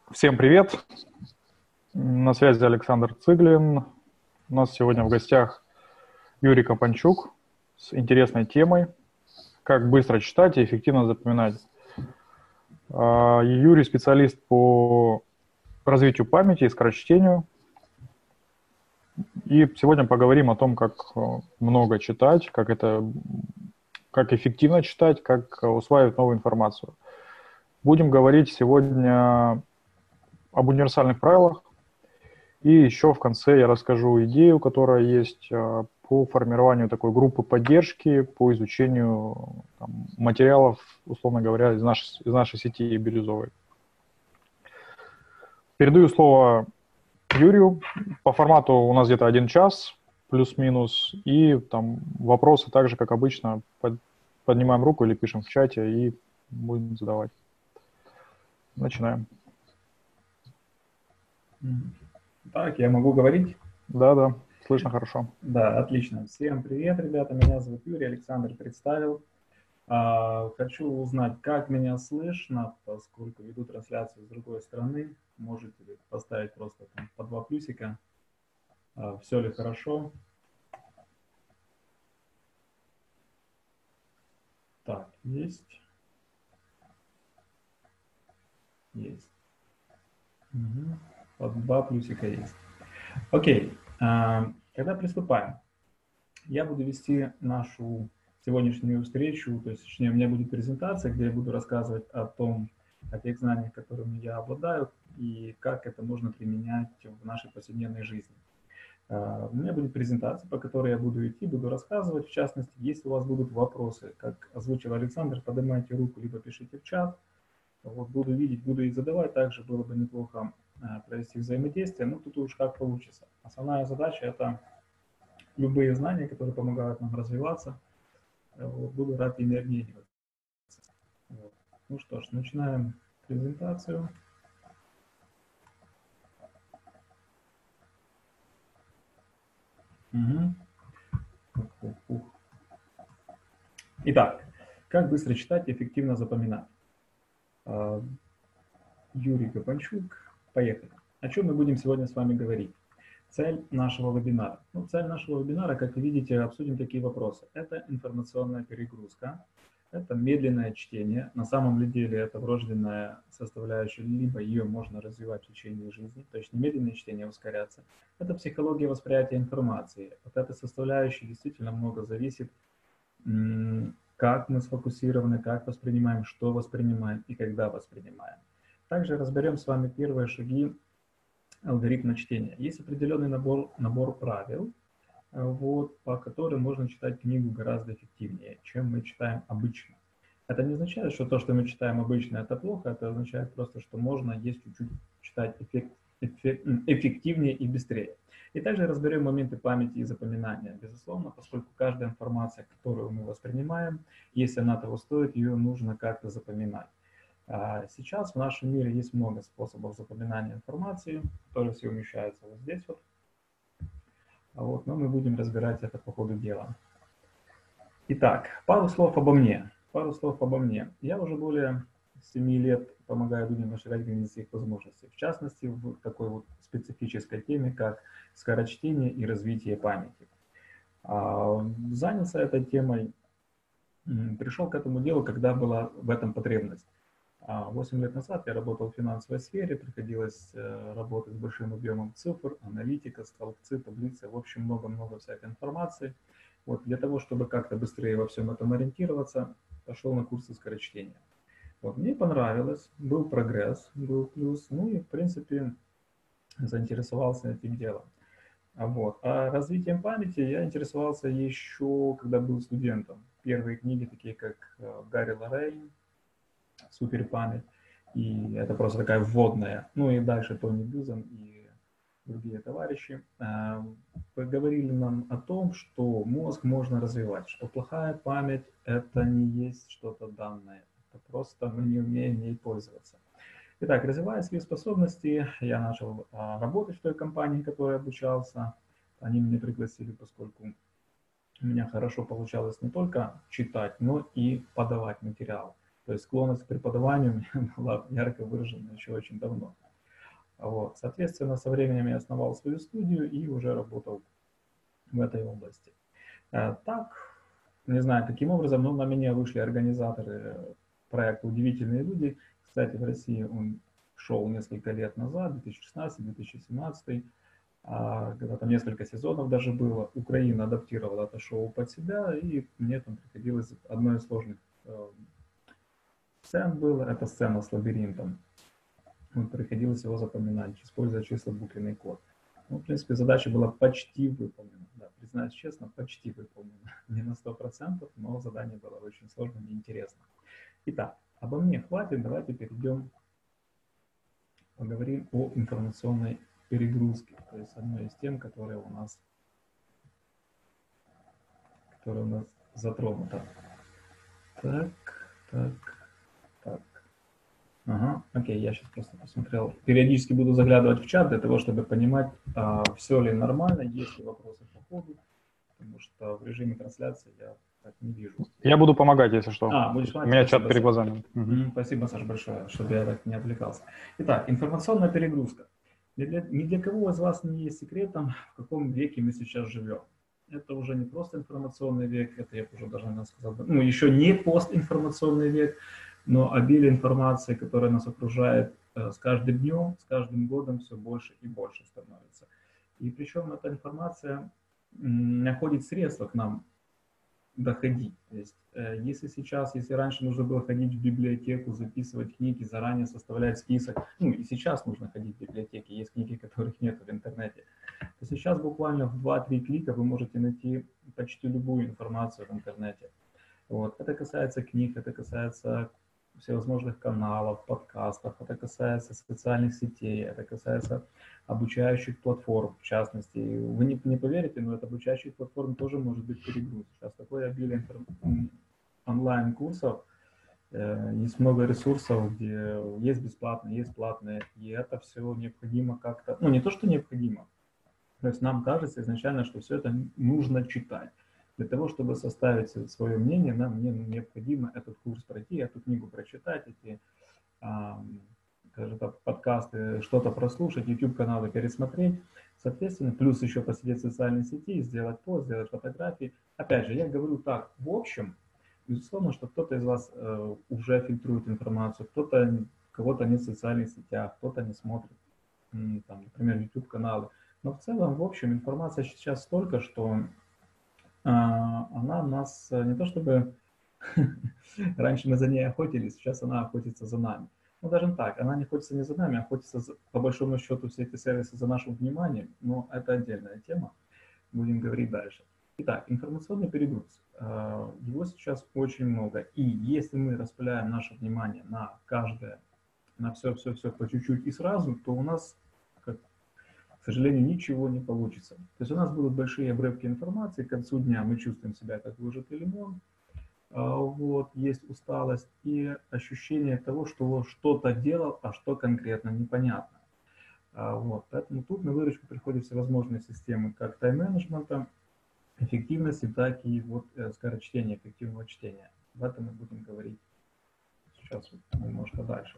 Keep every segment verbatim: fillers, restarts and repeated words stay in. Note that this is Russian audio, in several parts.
Всем привет! На связи Александр Цыглин. У нас сегодня в гостях Юрий Копанчук с интересной темой «Как быстро читать и эффективно запоминать». Юрий специалист по развитию памяти и скорочтению. И сегодня поговорим о том, как много читать, как это, как эффективно читать, как усваивать новую информацию. Будем говорить сегодня об универсальных правилах. И еще в конце я расскажу идею, которая есть по формированию такой группы поддержки, по изучению там, материалов, условно говоря, из нашей, из нашей сети Бирюзовой. Передаю слово Юрию. По формату у нас где-то один час, плюс-минус. И там вопросы также, как обычно, под, поднимаем руку или пишем в чате и будем задавать. Начинаем. Так, я могу говорить? Да, да, слышно хорошо. Да, отлично. Всем привет, ребята. Меня зовут Юрий, Александр представил. А, хочу узнать, как меня слышно, поскольку веду трансляцию с другой стороны. Можете поставить просто там по два плюсика. А, все ли хорошо? Так, есть. Есть. Угу. По два плюсика есть. Окей. А, тогда приступаем. Я буду вести нашу сегодняшнюю встречу, то есть, точнее, у меня будет презентация, где я буду рассказывать о том, о тех знаниях, которыми я обладаю, и как это можно применять в нашей повседневной жизни. У меня будет презентация, по которой я буду идти, буду рассказывать. В частности, если у вас будут вопросы, как озвучил Александр, поднимайте руку, либо пишите в чат. Вот, буду видеть, буду их задавать. Также было бы неплохо провести взаимодействие, но тут уж как получится. Основная задача – это любые знания, которые помогают нам развиваться. Вот, буду рад ими обмениваться. Вот. Ну что ж, начинаем презентацию. Угу. Итак, как быстро читать и эффективно запоминать? Юрий Копанчук, поехали. О чем мы будем сегодня с вами говорить? Цель нашего вебинара. Ну, цель нашего вебинара, как вы видите, обсудим такие вопросы. Это информационная перегрузка, это медленное чтение. На самом деле это врожденная составляющая, либо ее можно развивать в течение жизни, то есть немедленное чтение ускоряться. Это психология восприятия информации. От этой составляющей действительно много зависит, как мы сфокусированы, как воспринимаем, что воспринимаем и когда воспринимаем. Также разберем с вами первые шаги алгоритма чтения. Есть определенный набор, набор правил, вот, по которым можно читать книгу гораздо эффективнее, чем мы читаем обычно. Это не означает, что то, что мы читаем обычно, это плохо, это означает просто, что можно есть чуть-чуть читать эффект, эффект, эффективнее и быстрее. И также разберем моменты памяти и запоминания. Безусловно, поскольку каждая информация, которую мы воспринимаем, если она того стоит, ее нужно как-то запоминать. Сейчас в нашем мире есть много способов запоминания информации, которые все умещаются вот здесь вот. Вот, но мы будем разбирать это по ходу дела. Итак, пару слов обо мне. Пару слов обо мне. Я уже более семи лет помогаю людям расширять границы их возможностей. В частности, в такой вот специфической теме, как скорочтение и развитие памяти. Занялся этой темой, пришел к этому делу, когда была в этом потребность. Восемь лет назад я работал в финансовой сфере, приходилось работать с большим объемом цифр, аналитика, столбцы, таблицы, в общем, много-много всякой информации. Вот, для того, чтобы как-то быстрее во всем этом ориентироваться, пошел на курсы скорочтения. Вот, мне понравилось, был прогресс, был плюс, ну и, в принципе, заинтересовался этим делом. Вот. А развитием памяти я интересовался еще, когда был студентом. Первые книги, такие как Гарри Лоррейн, «Суперпамять», и это просто такая вводная. Ну и дальше Тони Бюзан и другие товарищи э, говорили нам о том, что мозг можно развивать, что плохая память – это не есть что-то данное, это просто мы не умеем ей пользоваться. Итак, развивая свои способности, я начал э, работать в той компании, в которой обучался. Они меня пригласили, поскольку у меня хорошо получалось не только читать, но и подавать материал. То есть склонность к преподаванию у меня была ярко выражена еще очень давно. Вот. Соответственно, со временем я основал свою студию и уже работал в этой области. Так, не знаю, каким образом, но на меня вышли организаторы проекта «Удивительные люди». Кстати, в России он шел несколько лет назад, две тысячи шестнадцатый — две тысячи семнадцатый, когда там несколько сезонов даже было. Украина адаптировала это шоу под себя, и мне там приходилось, одной из сложных э, сцен было, это сцена с лабиринтом. Вот, приходилось его запоминать, используя число-буквенный код. Ну, в принципе, задача была почти выполнена. Да, признаюсь честно, почти выполнена. Не на сто процентов, но задание было очень сложным и интересным. Итак, обо мне хватит, давайте перейдем, поговорим о информационной перегрузке. То есть одной из тем, которая у нас, которая у нас затронута. Так, так, так. Ага, окей, я сейчас просто посмотрел. Периодически буду заглядывать в чат для того, чтобы понимать, а, все ли нормально, есть ли вопросы по ходу, потому что в режиме трансляции я так не вижу. Я буду помогать, если что. А, будешь помогать? У меня спасибо, чат перед Саша. глазами. Угу. Mm, спасибо, Саша, большое, чтобы я так не отвлекался. Итак, информационная перегрузка. Ни для, ни для кого из вас не есть секретом, в каком веке мы сейчас живем. Это уже не просто информационный век, это я уже даже сказал, ну, еще не постинформационный век, но обилие информации, которая нас окружает э, с каждым днем, с каждым годом все больше и больше становится. И причем эта информация м, находит средства к нам доходить. То есть, э, если сейчас, если раньше нужно было ходить в библиотеку, записывать книги, заранее составлять список, ну и сейчас нужно ходить в библиотеки, есть книги, которых нет в интернете, то сейчас буквально в два-три клика вы можете найти почти любую информацию в интернете. Вот. Это касается книг, это касается всевозможных каналов, подкастов, это касается социальных сетей, это касается обучающих платформ, в частности. Вы не, не поверите, но от обучающих платформ тоже может быть перегруз. Сейчас такое обилие онлайн-курсов, э, есть много ресурсов, где есть бесплатные, есть платные, и это все необходимо как-то, ну не то, что необходимо, то есть нам кажется изначально, что все это нужно читать. Для того, чтобы составить свое мнение, нам мне необходимо этот курс пройти, эту книгу прочитать, эти а, скажем так, подкасты, что-то прослушать, YouTube-каналы пересмотреть. Соответственно, плюс еще посидеть в социальной сети, сделать пост, сделать фотографии. Опять же, я говорю так, в общем, безусловно, что кто-то из вас э, уже фильтрует информацию, кто-то, кого-то нет в социальных сетях, кто-то не смотрит, там, например, YouTube-каналы. Но в целом, в общем, информация сейчас столько, что а, она нас не то чтобы раньше мы за ней охотились, сейчас она охотится за нами. Ну, даже так, она не охотится не за нами, а охотится за, по большому счету все эти сервисы за нашим вниманием, но это отдельная тема, будем говорить дальше. Итак, информационный перегруз. Его сейчас очень много, и если мы распыляем наше внимание на каждое, на все-все-все по чуть-чуть и сразу, то у нас, как, к сожалению, ничего не получится. То есть у нас будут большие обрывки информации, к концу дня мы чувствуем себя как выжатый лимон, вот, есть усталость и ощущение того, что что-то делал, а что конкретно непонятно. Вот, поэтому тут на выручку приходят всевозможные системы как тайм-менеджмента, эффективности, так и вот скорочтения, эффективного чтения. Об этом мы будем говорить сейчас вот немножко дальше.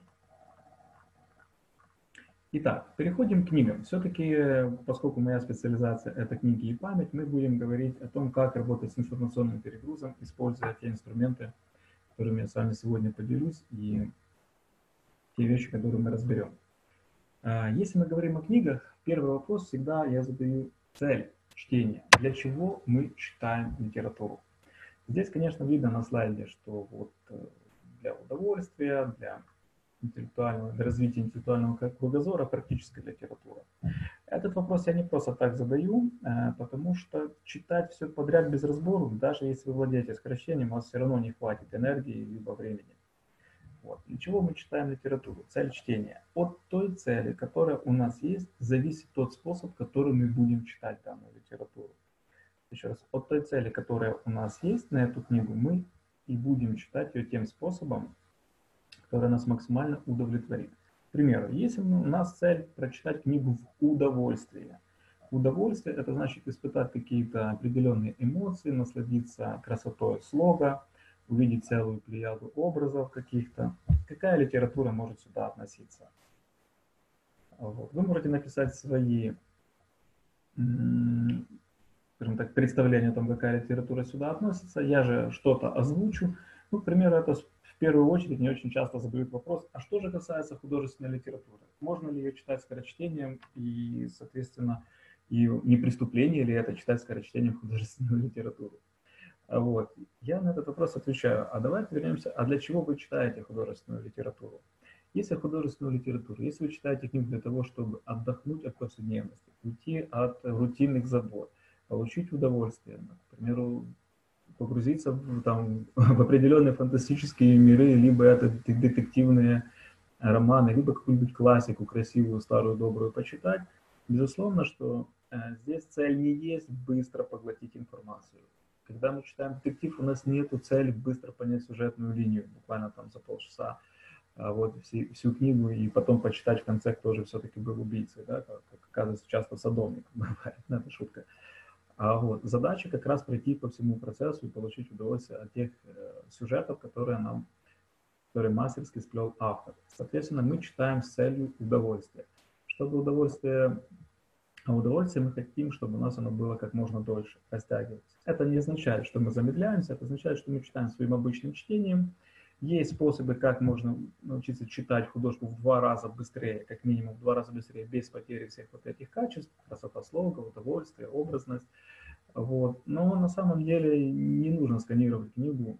Итак, переходим к книгам. Все-таки, поскольку моя специализация это книги и память, мы будем говорить о том, как работать с информационным перегрузом, используя те инструменты, которыми я с вами сегодня поделюсь, и те вещи, которые мы разберем. Если мы говорим о книгах, первый вопрос всегда я задаю: цель чтения. Для чего мы читаем литературу? Здесь, конечно, видно на слайде, что вот для удовольствия, для интеллектуального, для развития интеллектуального кругозора практическая литература. Этот вопрос я не просто так задаю, потому что читать все подряд без разбору, даже если вы владеете сокращением, у вас все равно не хватит энергии либо времени. Вот. Для чего мы читаем литературу? Цель чтения. От той цели, которая у нас есть, зависит тот способ, которым мы будем читать данную литературу. Еще раз, от той цели, которая у нас есть на эту книгу, мы и будем читать ее тем способом, который нас максимально удовлетворит. К примеру, если у нас цель прочитать книгу в удовольствие. Удовольствие – это значит испытать какие-то определенные эмоции, насладиться красотой слога, увидеть целую плеяду образов каких-то. Какая литература может сюда относиться? Вот. Вы можете написать свои, скажем так, представления о том, какая литература сюда относится. Я же что-то озвучу. Ну, к примеру, это в первую очередь мне очень часто задают вопрос, а что же касается художественной литературы? Можно ли ее читать скорочтением и, соответственно, и не преступление ли это читать скорочтением художественную литературу? Вот. Я на этот вопрос отвечаю, а давайте вернемся, а для чего вы читаете художественную литературу? Если художественную литературу, если вы читаете книгу для того, чтобы отдохнуть от повседневности, уйти от рутинных забот, получить удовольствие, к примеру, погрузиться в, там, в определенные фантастические миры, либо это детективные романы, либо какую-нибудь классику красивую, старую, добрую почитать, безусловно, что э, здесь цель не есть быстро поглотить информацию. Когда мы читаем детектив, у нас нет цели быстро понять сюжетную линию, буквально там за полчаса, а вот всю, всю книгу, и потом почитать в конце, кто же все-таки был убийцей, да, как, как оказывается, часто садовник бывает, это шутка. А вот задача как раз пройти по всему процессу и получить удовольствие от тех э, сюжетов, которые нам, которые мастерски сплел автор. Соответственно, мы читаем с целью удовольствия. Чтобы удовольствие, а удовольствие мы хотим, чтобы у нас оно было как можно дольше, растягиваться. Это не означает, что мы замедляемся, это означает, что мы читаем своим обычным чтением. Есть способы, как можно научиться читать художку в два раза быстрее, как минимум в два раза быстрее, без потери всех вот этих качеств, красота слога, удовольствие, образность. Вот. Но на самом деле не нужно сканировать книгу,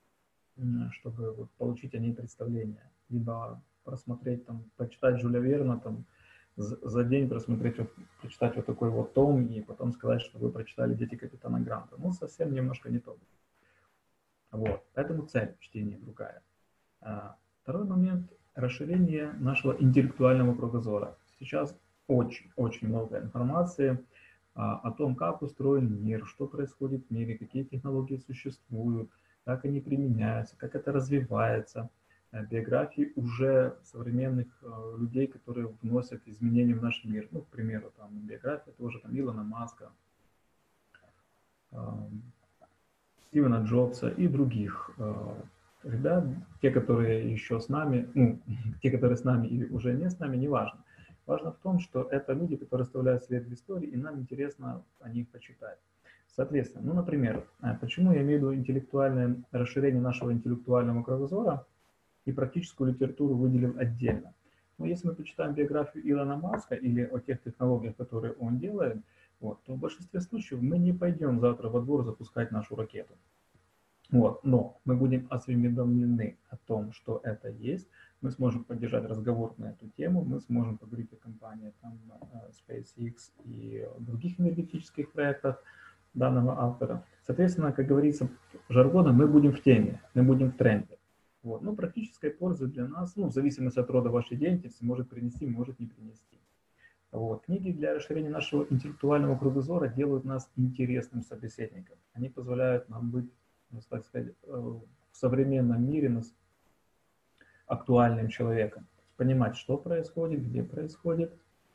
чтобы вот получить о ней представление. Либо просмотреть, там, почитать Жюля Верна, там, за день просмотреть, вот, прочитать вот такой вот том, и потом сказать, что вы прочитали «Дети капитана Гранта». Ну, совсем немножко не то. Вот. Поэтому цель чтения другая. А, второй момент – расширение нашего интеллектуального кругозора. Сейчас очень-очень много информации а, о том, как устроен мир, что происходит в мире, какие технологии существуют, как они применяются, как это развивается. Биографии уже современных э, людей, которые вносят изменения в наш мир. Ну, к примеру, там биография тоже там Илона Маска, э, Стивена Джобса и других э, ребят, те, которые еще с нами, ну, те, которые с нами или уже не с нами, не важно. Важно в том, что это люди, которые оставляют след в истории, и нам интересно о них почитать. Соответственно, ну, например, почему я имею в виду интеллектуальное расширение нашего интеллектуального кругозора и практическую литературу выделил отдельно. Но если мы почитаем биографию Илона Маска или о тех технологиях, которые он делает, вот, то в большинстве случаев мы не пойдем завтра во двор запускать нашу ракету. Вот, но мы будем осведомлены о том, что это есть, мы сможем поддержать разговор на эту тему, мы сможем поговорить о компании там, SpaceX и других энергетических проектах данного автора. Соответственно, как говорится жаргоном, мы будем в теме, мы будем в тренде. Вот. Но практической пользы для нас, ну, в зависимости от рода вашей деятельности, может принести, может не принести. Вот. Книги для расширения нашего интеллектуального кругозора делают нас интересным собеседником. Они позволяют нам быть, ну, так сказать, в современном мире нас актуальным человеком. Понимать, что происходит, где происходит,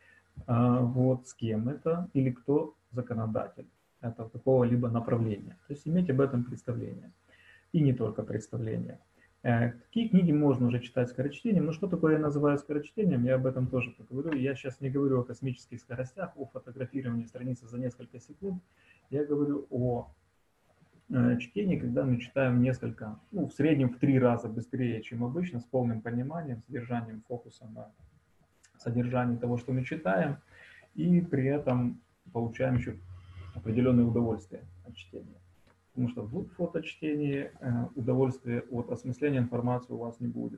вот, с кем это или кто законодатель этого какого-либо направления. То есть иметь об этом представление. И не только представление. Какие книги можно уже читать скорочтением? Ну, что такое я называю скорочтением, я об этом тоже поговорю. Я сейчас не говорю о космических скоростях, о фотографировании страницы за несколько секунд. Я говорю о э, чтении, когда мы читаем несколько, ну, в среднем в три раза быстрее, чем обычно, с полным пониманием, содержанием, фокусом на содержании того, что мы читаем, и при этом получаем еще определенное удовольствие от чтения. Потому что в фоточтении э, удовольствия от осмысления информации у вас не будет.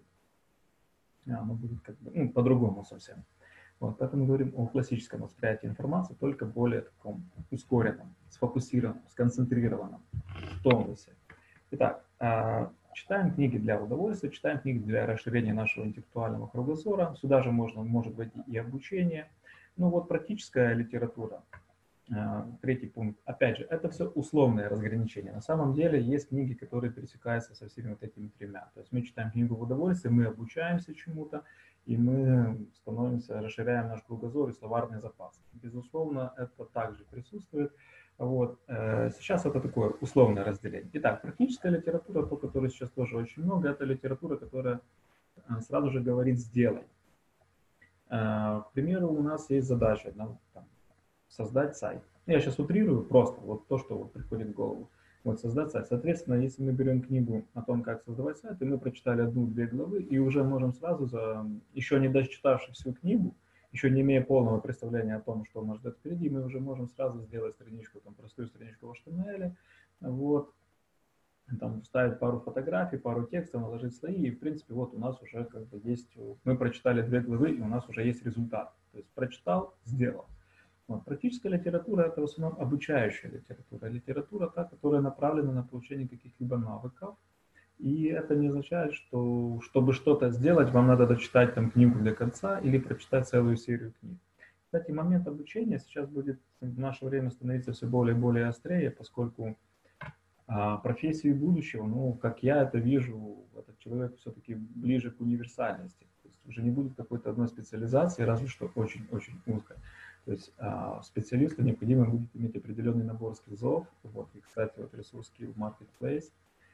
Оно будет как бы, ну, по-другому совсем. Вот, поэтому мы говорим о классическом восприятии информации, только более таком ускоренном, сфокусированном, сконцентрированном, в тонусе. Итак, э, читаем книги для удовольствия, читаем книги для расширения нашего интеллектуального кругозора. Сюда же можно, может быть и обучение. Ну вот практическая литература. Третий пункт. Опять же, это все условное разграничение. На самом деле есть книги, которые пересекаются со всеми вот этими тремя. То есть мы читаем книгу в удовольствие, мы обучаемся чему-то, и мы становимся, расширяем наш кругозор и словарный запас. Безусловно, это также присутствует. Вот. Сейчас это такое условное разделение. Итак, практическая литература, по которой сейчас тоже очень много, это литература, которая сразу же говорит «сделай». К примеру, у нас есть задача ну, там, создать сайт. Я сейчас утрирую просто, вот то, что вот приходит в голову. Вот создать сайт. Соответственно, если мы берем книгу о том, как создавать сайт, и мы прочитали одну-две главы, и уже можем сразу, за, еще не дочитавши всю книгу, еще не имея полного представления о том, что нас ждет впереди, мы уже можем сразу сделать страничку, там, простую страничку в эйч ти эм эль, вот, там, вставить пару фотографий, пару текстов, наложить слои, и, в принципе, вот у нас уже как бы есть, мы прочитали две главы, и у нас уже есть результат. То есть прочитал, сделал. Вот. Практическая литература – это в основном обучающая литература. Литература та, которая направлена на получение каких-либо навыков. И это не означает, что чтобы что-то сделать, вам надо дочитать там книгу до конца или прочитать целую серию книг. Кстати, момент обучения сейчас будет в наше время становиться все более и более острее, поскольку а, профессии будущего, ну, как я это вижу, этот человек все-таки ближе к универсальности. То есть уже не будет какой-то одной специализации, разве что очень-очень узкой. То есть а, специалисту необходимо будет иметь определенный набор скиллзов. Вот, и, кстати, вот ресурс Skill Marketplace,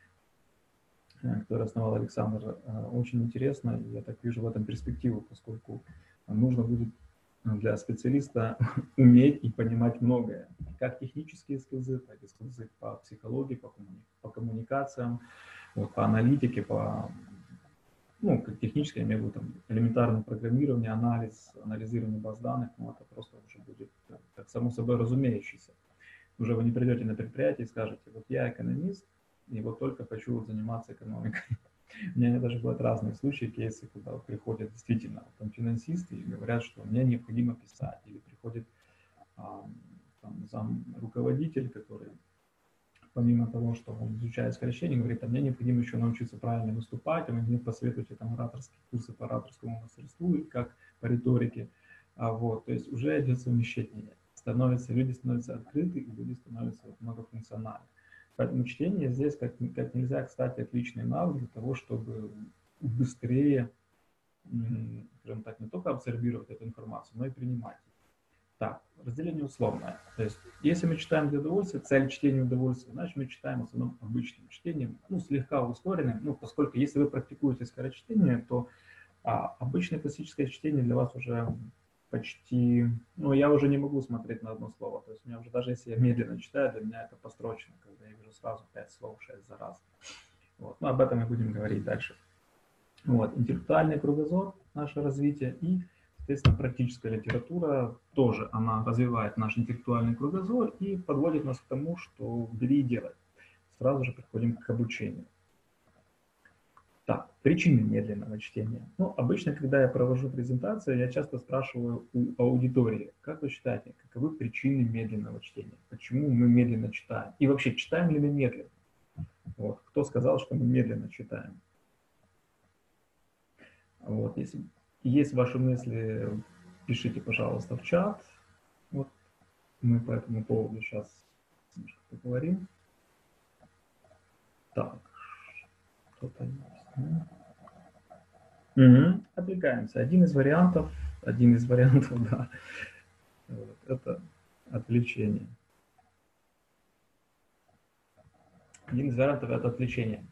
который основал Александр, очень интересно. Я так вижу в этом перспективу, поскольку нужно будет для специалиста уметь и понимать многое. Как технические скиллзы, так и скиллзы по психологии, по, коммуни по коммуникациям, вот, по аналитике, по ну, как технически, я имею в виду там, элементарное программирование, анализ, анализирование баз данных, ну, это просто уже будет как само собой разумеющееся. Уже вы не придете на предприятие и скажете, вот я экономист, и вот только хочу вот заниматься экономикой. У меня даже бывают разные случаи, кейсы, когда вот приходят действительно там, финансисты и говорят, что мне необходимо писать, или приходит а, там, зам руководитель, который помимо того, что он изучает скорочтение, говорит, а мне необходимо еще научиться правильно выступать, а вы мне посоветуете там ораторские курсы по ораторскому мастерству, как по риторике. А вот, то есть уже идет совмещение. Становятся, люди становятся открыты, и люди становятся вот, многофункциональны. Поэтому чтение здесь как, как нельзя, кстати, отличный навык для того, чтобы быстрее, скажем так, не только абсорбировать эту информацию, но и принимать. Так, разделение условное. То есть, если мы читаем для удовольствия, цель чтения удовольствия, значит, мы читаем в основном обычным чтением, ну, слегка ускоренным, ну, поскольку если вы практикуете скорочтение, то а, обычное классическое чтение для вас уже почти, ну, я уже не могу смотреть на одно слово, то есть, у меня уже даже если я медленно читаю, для меня это построчно, когда я вижу сразу пять слов, шесть за раз. Вот. Ну, об этом мы будем говорить дальше. Вот, интеллектуальный кругозор, наше развитие и соответственно, практическая литература тоже, она развивает наш интеллектуальный кругозор и подводит нас к тому, что бери и делай. Сразу же приходим к обучению. Так, причины медленного чтения. Ну, обычно, когда я провожу презентацию, я часто спрашиваю у аудитории, как вы считаете, каковы причины медленного чтения? Почему мы медленно читаем? И вообще, читаем ли мы медленно? Вот, кто сказал, что мы медленно читаем? Вот, если есть ваши мысли, пишите, пожалуйста, в чат. Вот мы по этому поводу сейчас немножко поговорим. Так, кто-то есть. Угу. Отвлекаемся. Один из вариантов, один из вариантов, да, вот, это отвлечение. Один из вариантов это отвлечение.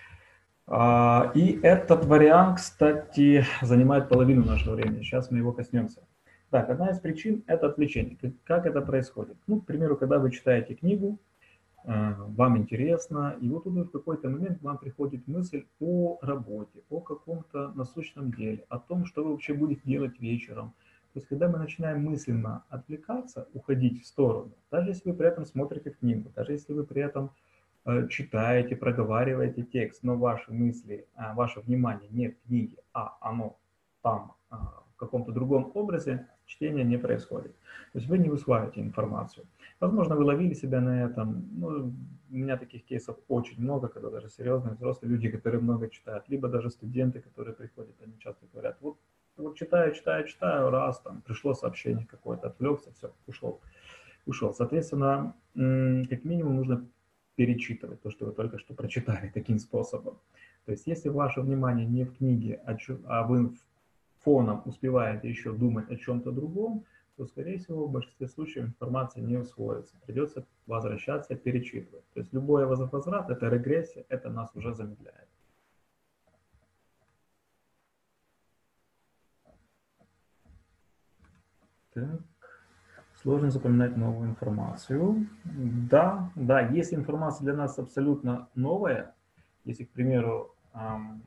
И этот вариант, кстати, занимает половину нашего времени. Сейчас мы его коснемся. Так, одна из причин – это отвлечение. Как это происходит? Ну, к примеру, когда вы читаете книгу, вам интересно, и вот в какой-то момент вам приходит мысль о работе, о каком-то насущном деле, о том, что вы вообще будете делать вечером. То есть, когда мы начинаем мысленно отвлекаться, уходить в сторону, даже если вы при этом смотрите книгу, даже если вы при этом читаете, проговариваете текст, но ваши мысли, ваше внимание не в книге, а оно там в каком-то другом образе, чтение не происходит. То есть вы не усваиваете информацию. Возможно, вы ловили себя на этом. Ну, у меня таких кейсов очень много, когда даже серьезные взрослые люди, которые много читают, либо даже студенты, которые приходят, они часто говорят, вот, вот читаю, читаю, читаю, раз, там, пришло сообщение какое-то, отвлекся, все, ушел. Ушел. Соответственно, как минимум нужно перечитывать то, что вы только что прочитали таким способом. То есть, если ваше внимание не в книге, а вы фоном успеваете еще думать о чем-то другом, то, скорее всего, в большинстве случаев информация не усвоится. Придется возвращаться, перечитывать. То есть, любой возврат – это регрессия, это нас уже замедляет. Так. Сложно запоминать новую информацию. Да, да, если информация для нас абсолютно новая, если, к примеру, эм,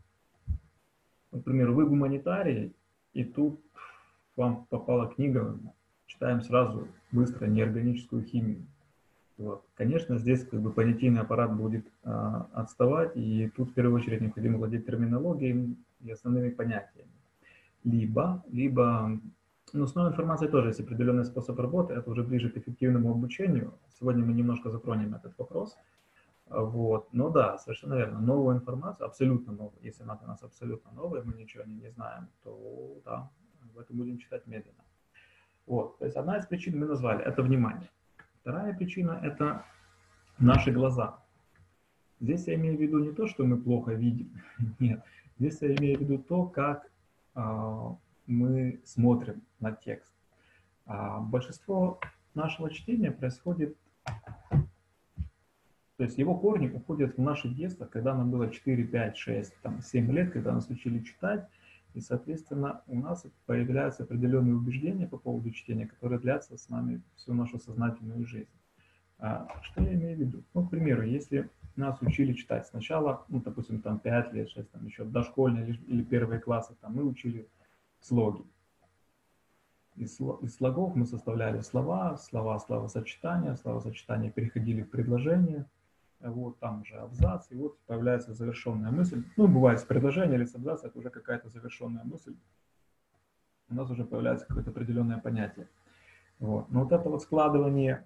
к примеру, вы гуманитарий, и тут к вам попала книга, читаем сразу быстро неорганическую химию. Вот. Конечно, здесь как бы понятийный аппарат будет э, отставать, и тут в первую очередь необходимо владеть терминологией и основными понятиями. Либо, либо, ну, с новой информацией тоже есть определенный способ работы, это уже ближе к эффективному обучению. Сегодня мы немножко затронем этот вопрос. Вот. Но да, совершенно верно. Новую информацию, абсолютно новую, если она для нас абсолютно новая, мы ничего не, не знаем, то да, в этом будем читать медленно. Вот. То есть одна из причин мы назвали, это внимание. Вторая причина – это наши глаза. Здесь я имею в виду не то, что мы плохо видим, нет. Здесь я имею в виду то, как э, мы смотрим на текст. А большинство нашего чтения происходит, то есть его корни уходят в наше детство, когда нам было четыре, пять, шесть, там, семь лет, когда нас учили читать, и, соответственно, у нас появляются определенные убеждения по поводу чтения, которые длятся с нами всю нашу сознательную жизнь. А, что я имею в виду? Ну, к примеру, если нас учили читать сначала, ну, допустим, там пять лет, шесть, там еще дошкольные или, или первые классы, там мы учили слоги. Из, из слогов мы составляли слова, слова, словосочетания, словосочетания переходили в предложения, вот там уже абзац, и вот появляется завершенная мысль. Ну, бывает с предложения или с абзаца, это уже какая-то завершенная мысль. У нас уже появляется какое-то определенное понятие. Вот. Но вот это вот складывание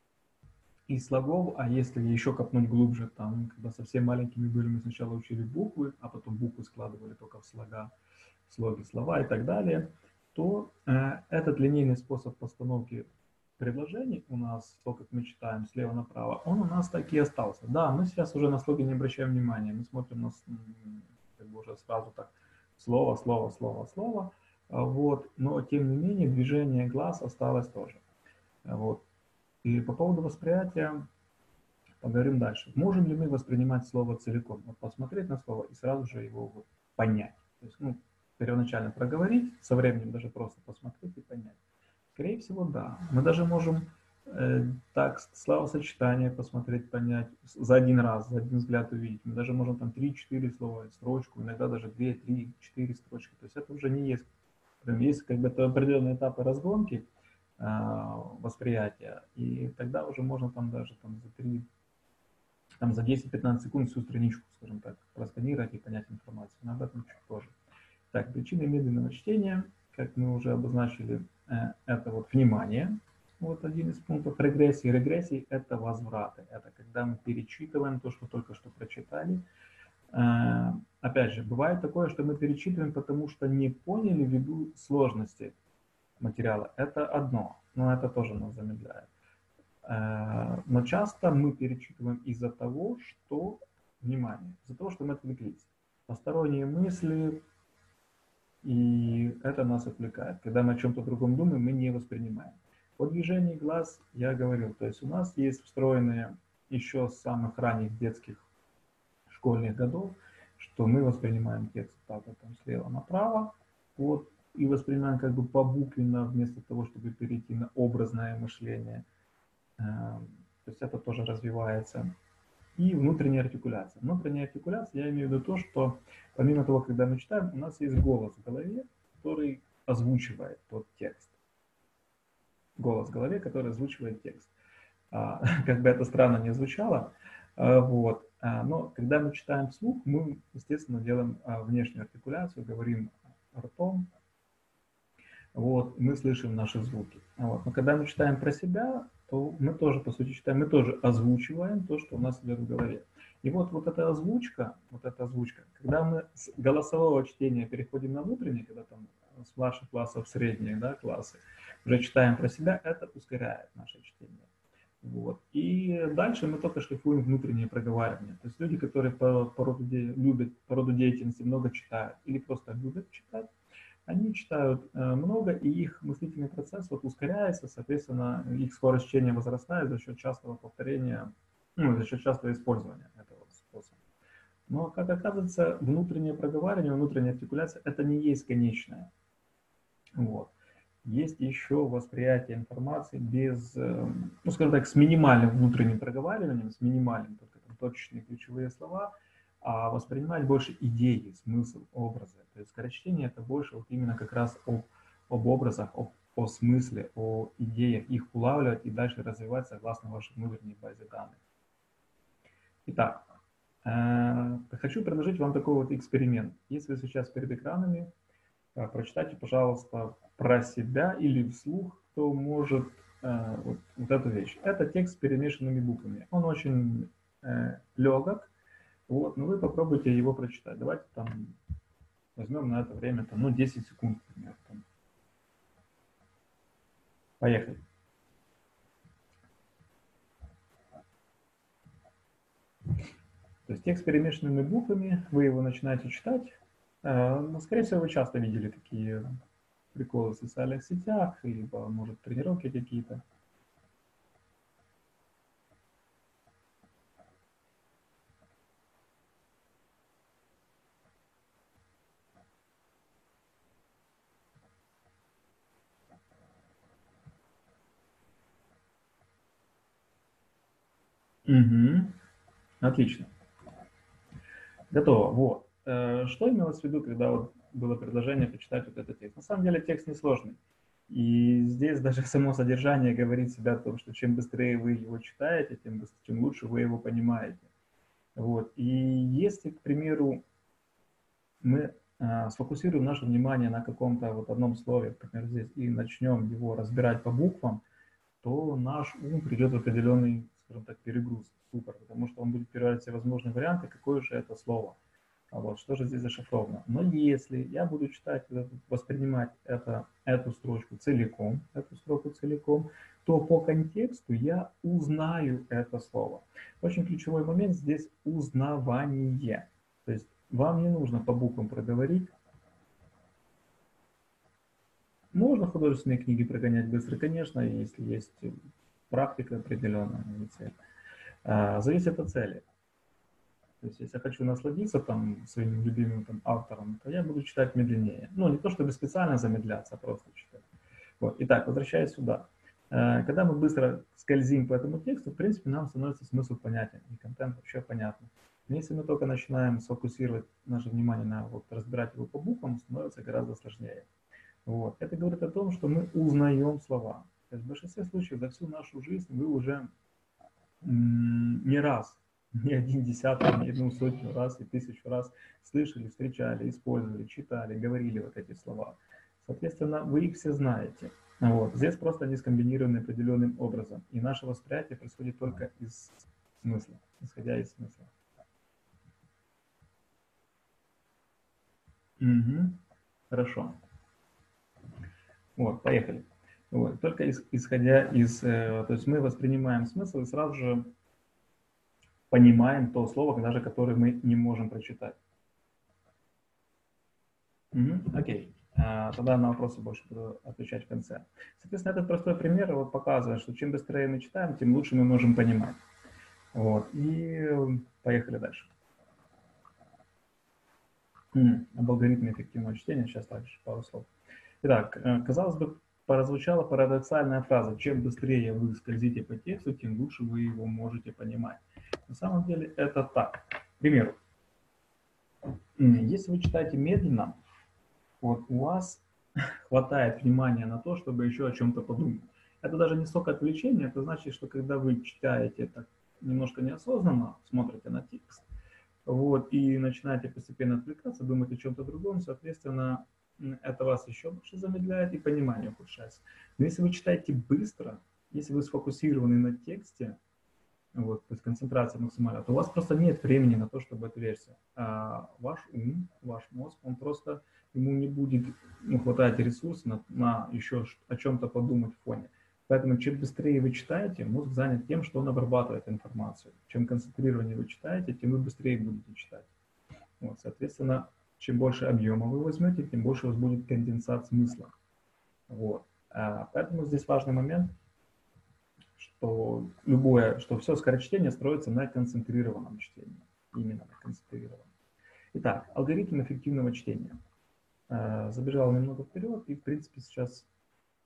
и слогов, а если еще копнуть глубже, там, когда совсем маленькими были, мы сначала учили буквы, а потом буквы складывали только в слога, в слоги, слова и так далее, то э, этот линейный способ постановки предложений у нас, то, как мы читаем слева направо, он у нас так и остался. Да, мы сейчас уже на слоги не обращаем внимания, мы смотрим на, как бы уже сразу так, слово, слово, слово, слово, вот, но тем не менее движение глаз осталось тоже. Вот. И по поводу восприятия поговорим дальше. Можем ли мы воспринимать слово целиком? Вот посмотреть на слово и сразу же его вот понять. То есть, ну, первоначально проговорить, со временем даже просто посмотреть и понять. Скорее всего, да. Мы даже можем э, так словосочетание посмотреть, понять за один раз, за один взгляд увидеть. Мы даже можем там три-четыре слова, строчку, иногда даже две, три, четыре строчки. То есть это уже не есть, прям есть как бы это определенные этапы разгонки восприятия, и тогда уже можно там даже там за три, там за десять-пятнадцать секунд всю страничку, скажем так, просканировать и понять информацию. Но об этом чуть позже. Так, причины медленного чтения, как мы уже обозначили, это вот внимание, вот один из пунктов регрессии. Регрессии – это возвраты, это когда мы перечитываем то, что только что прочитали. Опять же, бывает такое, что мы перечитываем, потому что не поняли ввиду сложности материала. Это одно, но это тоже нас замедляет. Но часто мы перечитываем из-за того, что, внимание, из-за того, что мы отвлеклись. Посторонние мысли, и это нас отвлекает. Когда мы о чем-то другом думаем, мы не воспринимаем. По движению глаз я говорил, то есть у нас есть встроенные еще с самых ранних детских школьных годов, что мы воспринимаем текст так вот там слева направо, вот, и воспринимаем как бы побуквенно, вместо того, чтобы перейти на образное мышление. То есть это тоже развивается. И внутренняя артикуляция. Внутренняя артикуляция, я имею в виду то, что помимо того, когда мы читаем, у нас есть голос в голове, который озвучивает тот текст. Голос в голове, который озвучивает текст. Как бы это странно не звучало, вот. Но когда мы читаем вслух, мы, естественно, делаем внешнюю артикуляцию, говорим ртом, вот, мы слышим наши звуки. Вот. Но когда мы читаем про себя, то мы тоже, по сути, читаем, мы тоже озвучиваем то, что у нас идет в голове. И вот, вот эта озвучка, вот эта озвучка, когда мы с голосового чтения переходим на внутреннее, когда там с младших классов в средние, да, классы, уже читаем про себя, это ускоряет наше чтение. Вот. И дальше мы только шлифуем внутреннее проговаривание. То есть люди, которые по, по роду де, любят, по роду деятельности много читают или просто любят читать, они читают э, много, и их мыслительный процесс вот ускоряется, соответственно, их скорость чтения возрастает за счет частого повторения, ну, за счет частого использования этого способа. Но, как оказывается, внутреннее проговаривание, внутренняя артикуляция – это не есть конечное. Вот. есть еще восприятие информации без, ну, скажем так, с минимальным внутренним проговариванием, с минимальным, только там точечные ключевые слова, а воспринимать больше идеи, смысл, образы. То есть скорочтение это больше вот именно как раз об, об образах, об, о смысле, о идеях, их улавливать и дальше развивать согласно вашей внутренней базе данных. Итак, э, хочу предложить вам такой вот эксперимент. Если вы сейчас перед экранами, э, прочитайте, пожалуйста, про себя или вслух, кто может э, вот, вот эту вещь. Это текст с перемешанными буквами. Он очень э, легок, вот, но вы попробуйте его прочитать. Давайте там возьмем на это время там, ну, десять секунд, например. Там. Поехали. То есть текст с перемешанными буквами, вы его начинаете читать. Э, скорее всего, вы часто видели такие приколы в социальных сетях, либо, может, тренировки какие-то. Угу. Отлично. Готово. Вот. Что имелось в виду, когда вот было предложение почитать вот этот текст? На самом деле текст несложный. И здесь даже само содержание говорит себя о том, что чем быстрее вы его читаете, тем, быстрее, тем лучше вы его понимаете. Вот. И если, к примеру, мы а, сфокусируем наше внимание на каком-то вот одном слове, например, здесь, и начнем его разбирать по буквам, то наш ум придет в определенный, скажем так, перегруз, ступор, потому что он будет перебирать все возможные варианты, какое же это слово. А вот что же здесь зашифровано? Но если я буду читать, воспринимать это, эту строчку целиком, эту строку целиком, то по контексту я узнаю это слово. Очень ключевой момент здесь узнавание. То есть вам не нужно по буквам проговорить. Можно художественные книги прогонять быстро, конечно, если есть практика определенная. Зависит от цели. То есть, если я хочу насладиться там своим любимым там, автором, то я буду читать медленнее. Ну, не то чтобы специально замедляться, а просто читать. Вот. Итак, возвращаясь сюда. Когда мы быстро скользим по этому тексту, в принципе, нам становится смысл понятен, и контент вообще понятен. Но если мы только начинаем сфокусировать наше внимание на вот, разбирать его по буквам, становится гораздо сложнее. Вот. Это говорит о том, что мы узнаем слова. То есть в большинстве случаев за всю нашу жизнь вы уже м- не раз, не один десяток, не одну сотню раз и тысячу раз слышали, встречали, использовали, читали, говорили вот эти слова. Соответственно, вы их все знаете. Вот. Здесь просто они скомбинированы определенным образом. И наше восприятие происходит только из смысла, исходя из смысла. Угу. Хорошо. Вот, поехали. Вот. Только из, исходя из... Э, то есть мы воспринимаем смысл и сразу же понимаем то слово, даже которое мы не можем прочитать. Угу. Окей. А, тогда на вопросы больше буду отвечать в конце. Соответственно, этот простой пример вот показывает, что чем быстрее мы читаем, тем лучше мы можем понимать. Вот. И поехали дальше. М, об алгоритме эффективного чтения сейчас также пару слов. Итак, казалось бы, прозвучала парадоксальная фраза: чем быстрее вы скользите по тексту, тем лучше вы его можете понимать. На самом деле это так. К примеру, если вы читаете медленно, вот у вас хватает внимания на то, чтобы еще о чем-то подумать. Это даже не столько отвлечение, это значит, что когда вы читаете так немножко неосознанно, смотрите на текст, вот, и начинаете постепенно отвлекаться, думать о чем-то другом, соответственно, это вас еще больше замедляет и понимание ухудшается. Но если вы читаете быстро, если вы сфокусированы на тексте, вот, то есть концентрация максимальная, то у вас просто нет времени на то, чтобы отвлечься. А ваш ум, ваш мозг, он просто, ему не будет ну, хватать ресурсов на, на еще о чем-то подумать в фоне. Поэтому чем быстрее вы читаете, мозг занят тем, что он обрабатывает информацию. Чем концентрированнее вы читаете, тем вы быстрее будете читать. Вот, соответственно, чем больше объема вы возьмете, тем больше у вас будет конденсат смысла. Вот. А, поэтому здесь важный момент, что любое, что все скорочтение строится на концентрированном чтении. Именно на концентрированном. Итак, алгоритм эффективного чтения. Забежал немного вперед, и в принципе сейчас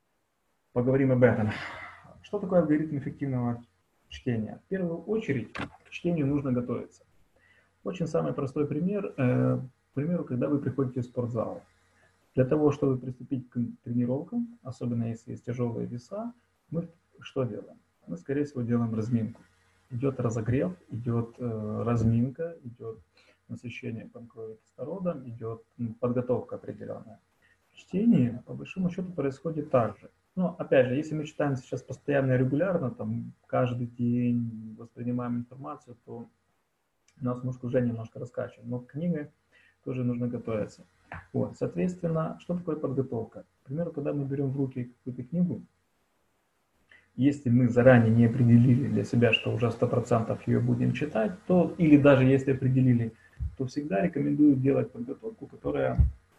поговорим об этом. Что такое алгоритм эффективного чтения? В первую очередь к чтению нужно готовиться. Очень самый простой пример. К примеру, когда вы приходите в спортзал. Для того, чтобы приступить к тренировкам, особенно если есть тяжелые веса, мы что делаем? Мы, скорее всего, делаем разминку. Идет разогрев, идет э, разминка, идет насыщение крови кислородом, идет ну, подготовка определенная. Чтение, по большому счету, происходит так же. Но, опять же, если мы читаем сейчас постоянно и регулярно, там, каждый день воспринимаем информацию, то нас мозг уже немножко раскачан. Но к книге тоже нужно готовиться. Вот, соответственно, что такое подготовка? К примеру, когда мы берем в руки какую-то книгу, если мы заранее не определили для себя, что уже сто процентов ее будем читать, то, или даже если определили, то всегда рекомендую делать подготовку, которая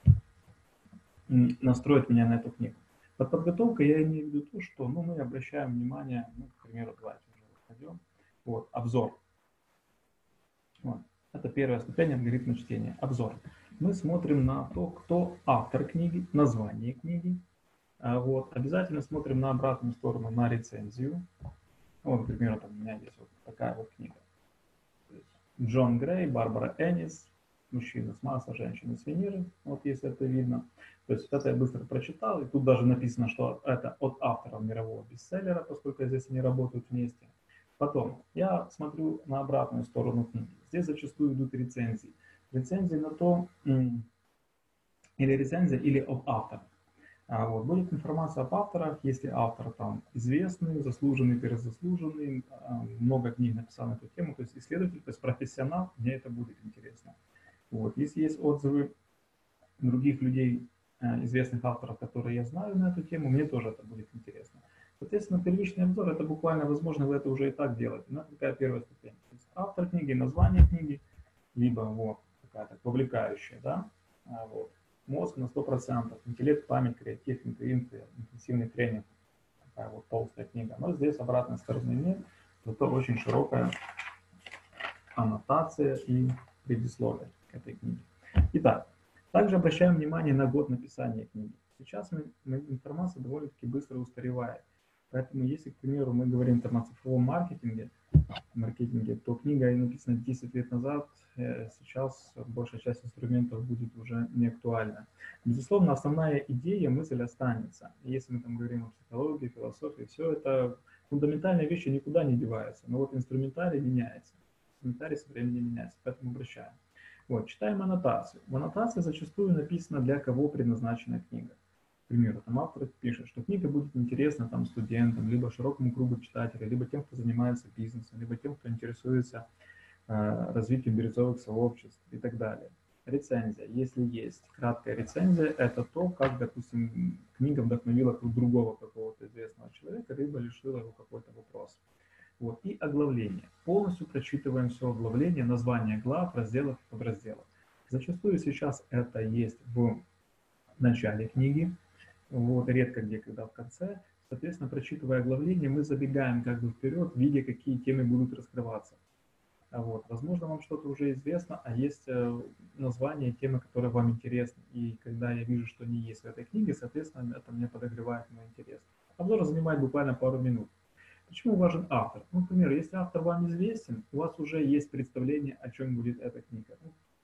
настроит меня на эту книгу. Под подготовкой я имею в виду то, что ну, мы обращаем внимание, ну, к примеру, давайте уже пойдем, вот, обзор. Вот. Это первая ступень алгоритма чтения. Обзор. Мы смотрим на то, кто автор книги, название книги. Вот. Обязательно смотрим на обратную сторону, на рецензию. Вот, к примеру, там у меня есть вот такая вот книга. Джон Грей, Барбара Эннис, мужчина с Марса, женщина с Венеры. Вот если это видно. То есть это я быстро прочитал. И тут даже написано, что это от автора мирового бестселлера, поскольку здесь они работают вместе. Потом я смотрю на обратную сторону книги. Здесь зачастую идут рецензии. Рецензии на то, или рецензия, или об авторах. А вот, будет информация об авторах, если автор там известный, заслуженный, перезаслуженный, много книг написал на эту тему, то есть исследователь, то есть профессионал, мне это будет интересно. Вот. Если есть отзывы других людей, известных авторов, которые я знаю на эту тему, мне тоже это будет интересно. Соответственно, первичный обзор, это буквально, возможно, вы это уже и так делаете. Но это такая первая ступень. То есть автор книги, название книги, либо вот какая-то вовлекающая, да, вот. Мозг на сто процентов, интеллект, память, креатив, интуиция, интенсивный тренинг, такая вот толстая книга. Но здесь обратной стороны нет, зато очень широкая аннотация и предисловие к этой книге. Итак, также обращаем внимание на год написания книги. Сейчас мы, мы, информация довольно-таки быстро устаревает. Поэтому если, к примеру, мы говорим там о цифровом маркетинге, маркетинге, то книга написана десять лет назад, сейчас большая часть инструментов будет уже не актуальна. Безусловно, основная идея, мысль останется. Если мы там говорим о психологии, философии, все это фундаментальные вещи никуда не деваются. Но вот инструментарий меняется. Инструментарий со временем меняется, поэтому обращаем. Вот, читаем аннотацию. В аннотации зачастую написано, для кого предназначена книга. К примеру, там автор пишет, что книга будет интересна там, студентам, либо широкому кругу читателей, либо тем, кто занимается бизнесом, либо тем, кто интересуется э, развитием бирюзовых сообществ и так далее. Рецензия. Если есть краткая рецензия, это то, как, допустим, книга вдохновила другого какого-то известного человека, либо лишила его какой-то вопрос. Вот. И оглавление. Полностью прочитываем все оглавление, название глав, разделов и подразделов. Зачастую сейчас это есть в начале книги, вот, редко где, когда в конце. Соответственно, прочитывая оглавление, мы забегаем как бы вперед, видя, какие темы будут раскрываться. Вот. Возможно, вам что-то уже известно, а есть название темы, которые вам интересны. И когда я вижу, что они есть в этой книге, соответственно, это мне подогревает мой интерес. Обзор занимает буквально пару минут. Почему важен автор? Ну, например, если автор вам известен, у вас уже есть представление, о чем будет эта книга.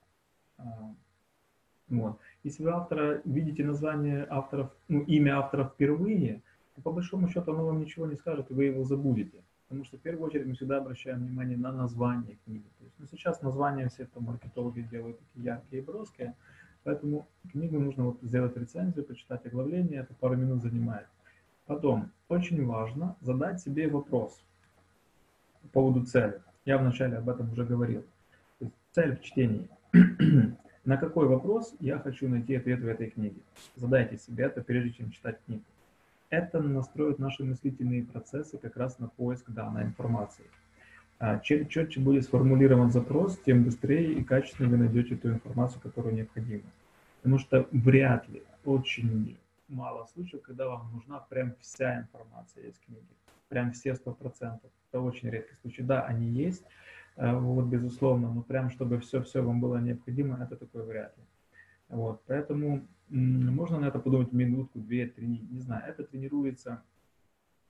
Вот. Если вы автора видите название авторов, ну, имя автора впервые, то по большому счету оно вам ничего не скажет, и вы его забудете. Потому что в первую очередь мы всегда обращаем внимание на название книги. То есть, ну, сейчас названия все там маркетологи делают такие яркие и броские, поэтому книгу нужно вот сделать рецензию, почитать оглавление, это пару минут занимает. Потом, очень важно задать себе вопрос по поводу цели. Я вначале об этом уже говорил. То есть цель в чтении. На какой вопрос я хочу найти ответ в этой книге? Задайте себе это, прежде чем читать книгу. Это настроит наши мыслительные процессы как раз на поиск данной информации. Чем четче будет сформулирован запрос, тем быстрее и качественнее вы найдете ту информацию, которую необходима. Потому что вряд ли, очень мало случаев, когда вам нужна прям вся информация из книги. Прям все сто процентов. Это очень редкий случай. Да, они есть, вот, безусловно, но прям чтобы все-все вам было необходимо, это такое вряд ли. Вот, поэтому можно на это подумать минутку, две, три, не знаю. Это тренируется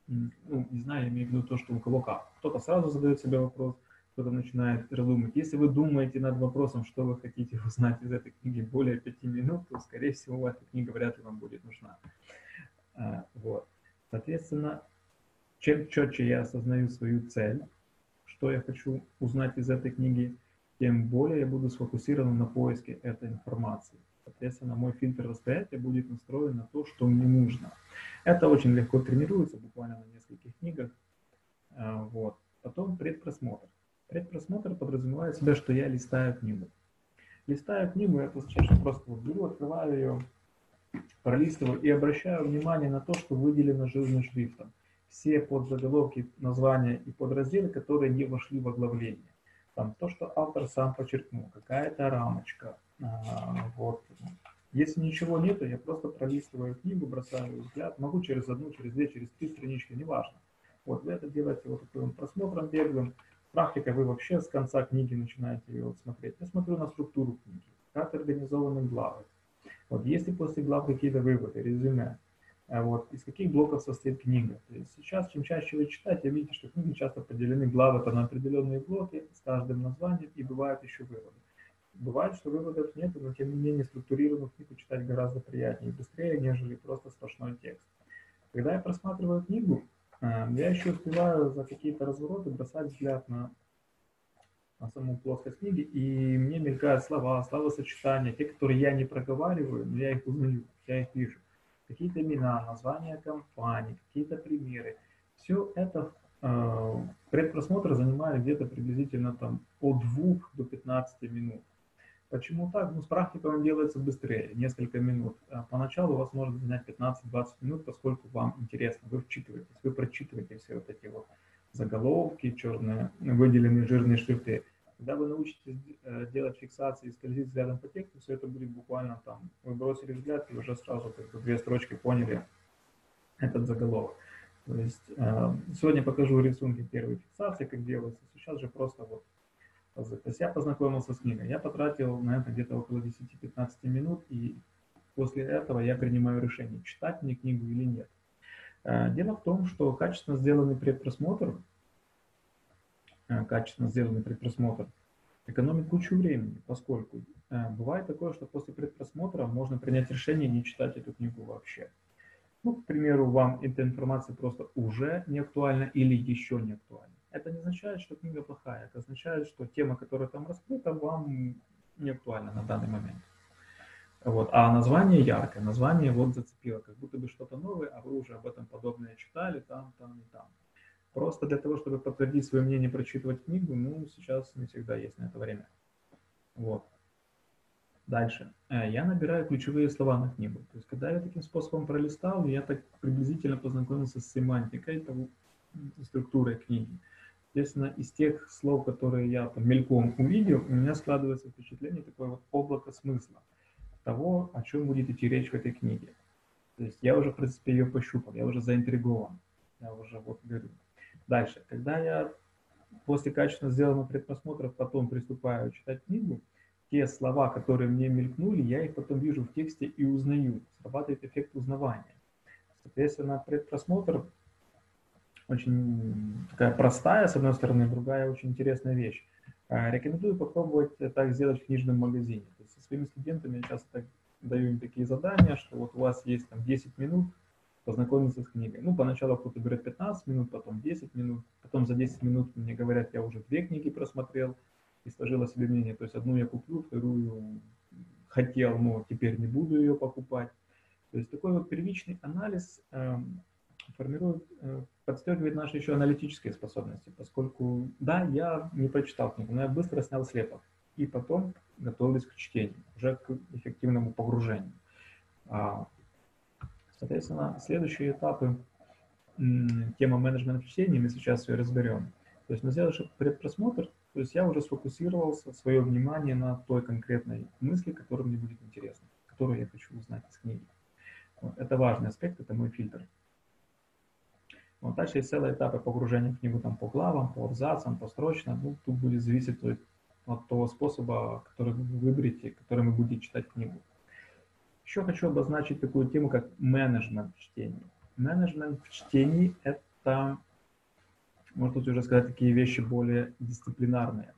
ну, не знаю, я имею в виду то, что у кого как. Кто-то сразу задает себе вопрос, кто-то начинает раздумывать. Если вы думаете над вопросом, что вы хотите узнать из этой книги более пяти минут, то, скорее всего, эта книга вряд ли вам будет нужна. А, вот. Соответственно, чем четче я осознаю свою цель, что я хочу узнать из этой книги, тем более я буду сфокусирован на поиске этой информации. Соответственно, мой фильтр восприятия будет настроен на то, что мне нужно. Это очень легко тренируется, буквально на нескольких книгах. Вот. Потом предпросмотр. Предпросмотр подразумевает в себя, что я листаю книгу. Листаю книгу, я чаще просто вот беру, открываю ее, пролистываю и обращаю внимание на то, что выделено жирным шрифтом. Все подзаголовки, названия и подразделы, которые не вошли в оглавление. Там то, что автор сам подчеркнул, какая-то рамочка. А, вот. Если ничего нету, я просто пролистываю книгу, бросаю взгляд. Могу через одну, через две, через три странички, неважно. Вот вы это делаете вот таким просмотром беглым. Практика, вы вообще с конца книги начинаете ее вот смотреть. Я смотрю на структуру книги, как организованы главы. Вот если после глав какие-то выводы, резюме, вот, из каких блоков состоит книга. То есть сейчас, чем чаще вы читаете, видите, что книги часто поделены главы на определенные блоки с каждым названием, и бывают еще выводы. Бывает, что выводов нет, но тем не менее структурированную книгу читать гораздо приятнее и быстрее, нежели просто сплошной текст. Когда я просматриваю книгу, я еще успеваю за какие-то развороты бросать взгляд на, на саму плоскость книги, и мне мелькают слова, словосочетания, те, которые я не проговариваю, но я их узнаю, я их вижу. Какие-то имена, названия компаний, какие-то примеры. Все это э, предпросмотр занимает где-то приблизительно там, от двух до пятнадцати минут. Почему так? Ну, с практикой он делается быстрее, несколько минут. Поначалу у вас может занять пятнадцать-двадцать минут, поскольку вам интересно, вы вчитываетесь, вы прочитываете все вот эти вот заголовки, черные, выделенные жирные шрифты. Когда вы научитесь делать фиксации и скользить взглядом по тексту, все это будет буквально там, вы бросили взгляд и уже сразу как бы две строчки поняли этот заголовок. То есть сегодня покажу рисунки первой фиксации, как делается. Сейчас же просто вот. То есть я познакомился с книгой, я потратил на это где-то около десяти-пятнадцати минут, и после этого я принимаю решение, читать мне книгу или нет. Дело в том, что качественно сделанный предпросмотр, качественно сделанный предпросмотр экономит кучу времени, поскольку бывает такое, что после предпросмотра можно принять решение не читать эту книгу вообще. Ну, к примеру, вам эта информация просто уже не актуальна или еще не актуальна. Это не означает, что книга плохая, это означает, что тема, которая там раскрыта, вам не актуальна на данный момент. Вот. А название яркое, название вот зацепило, как будто бы что-то новое, а вы уже об этом подобное читали там, там и там. Просто для того, чтобы подтвердить свое мнение, прочитывать книгу, ну, сейчас не всегда есть на это время. Вот. Дальше. Я набираю ключевые слова на книгу. То есть, когда я таким способом пролистал, я так приблизительно познакомился с семантикой, того, структурой книги. Естественно, из тех слов, которые я там мельком увидел, у меня складывается впечатление такое вот облако смысла того, о чем будет идти речь в этой книге. То есть я уже, в принципе, ее пощупал, я уже заинтригован, я уже вот говорю. Дальше. Когда я после качественно сделанного предпросмотра потом приступаю читать книгу, те слова, которые мне мелькнули, я их потом вижу в тексте и узнаю. Срабатывает эффект узнавания. Соответственно, предпросмотр очень такая простая, с одной стороны, другая очень интересная вещь. Рекомендую попробовать так сделать в книжном магазине. То есть со своими студентами я часто так даю им такие задания, что вот у вас есть там десять минут познакомиться с книгой. Ну, поначалу кто-то берет пятнадцать минут, потом десять минут, потом за десять минут мне говорят, я уже две книги просмотрел и сложил о себе мнение. То есть одну я куплю, вторую хотел, но теперь не буду ее покупать. То есть такой вот первичный анализ э, формирует, э, подстегивает наши еще аналитические способности, поскольку, да, я не прочитал книгу, но я быстро снял слепок и потом готовился к чтению, уже к эффективному погружению. Соответственно, следующие этапы, тема менеджмента в чтении, мы сейчас ее разберем. То есть мы сделали предпросмотр, то есть я уже сфокусировался, свое внимание на той конкретной мысли, которая мне будет интересна, которую я хочу узнать из книги. Вот, это важный аспект, это мой фильтр. Вот, дальше есть целые этапы погружения в книгу там, по главам, по абзацам, построчно. Ну, тут будет зависеть от, от того способа, который вы выберете, которым вы будете читать книгу. Еще хочу обозначить такую тему, как менеджмент в чтении. Менеджмент в чтении – это это, можно тут уже сказать, такие вещи более дисциплинарные.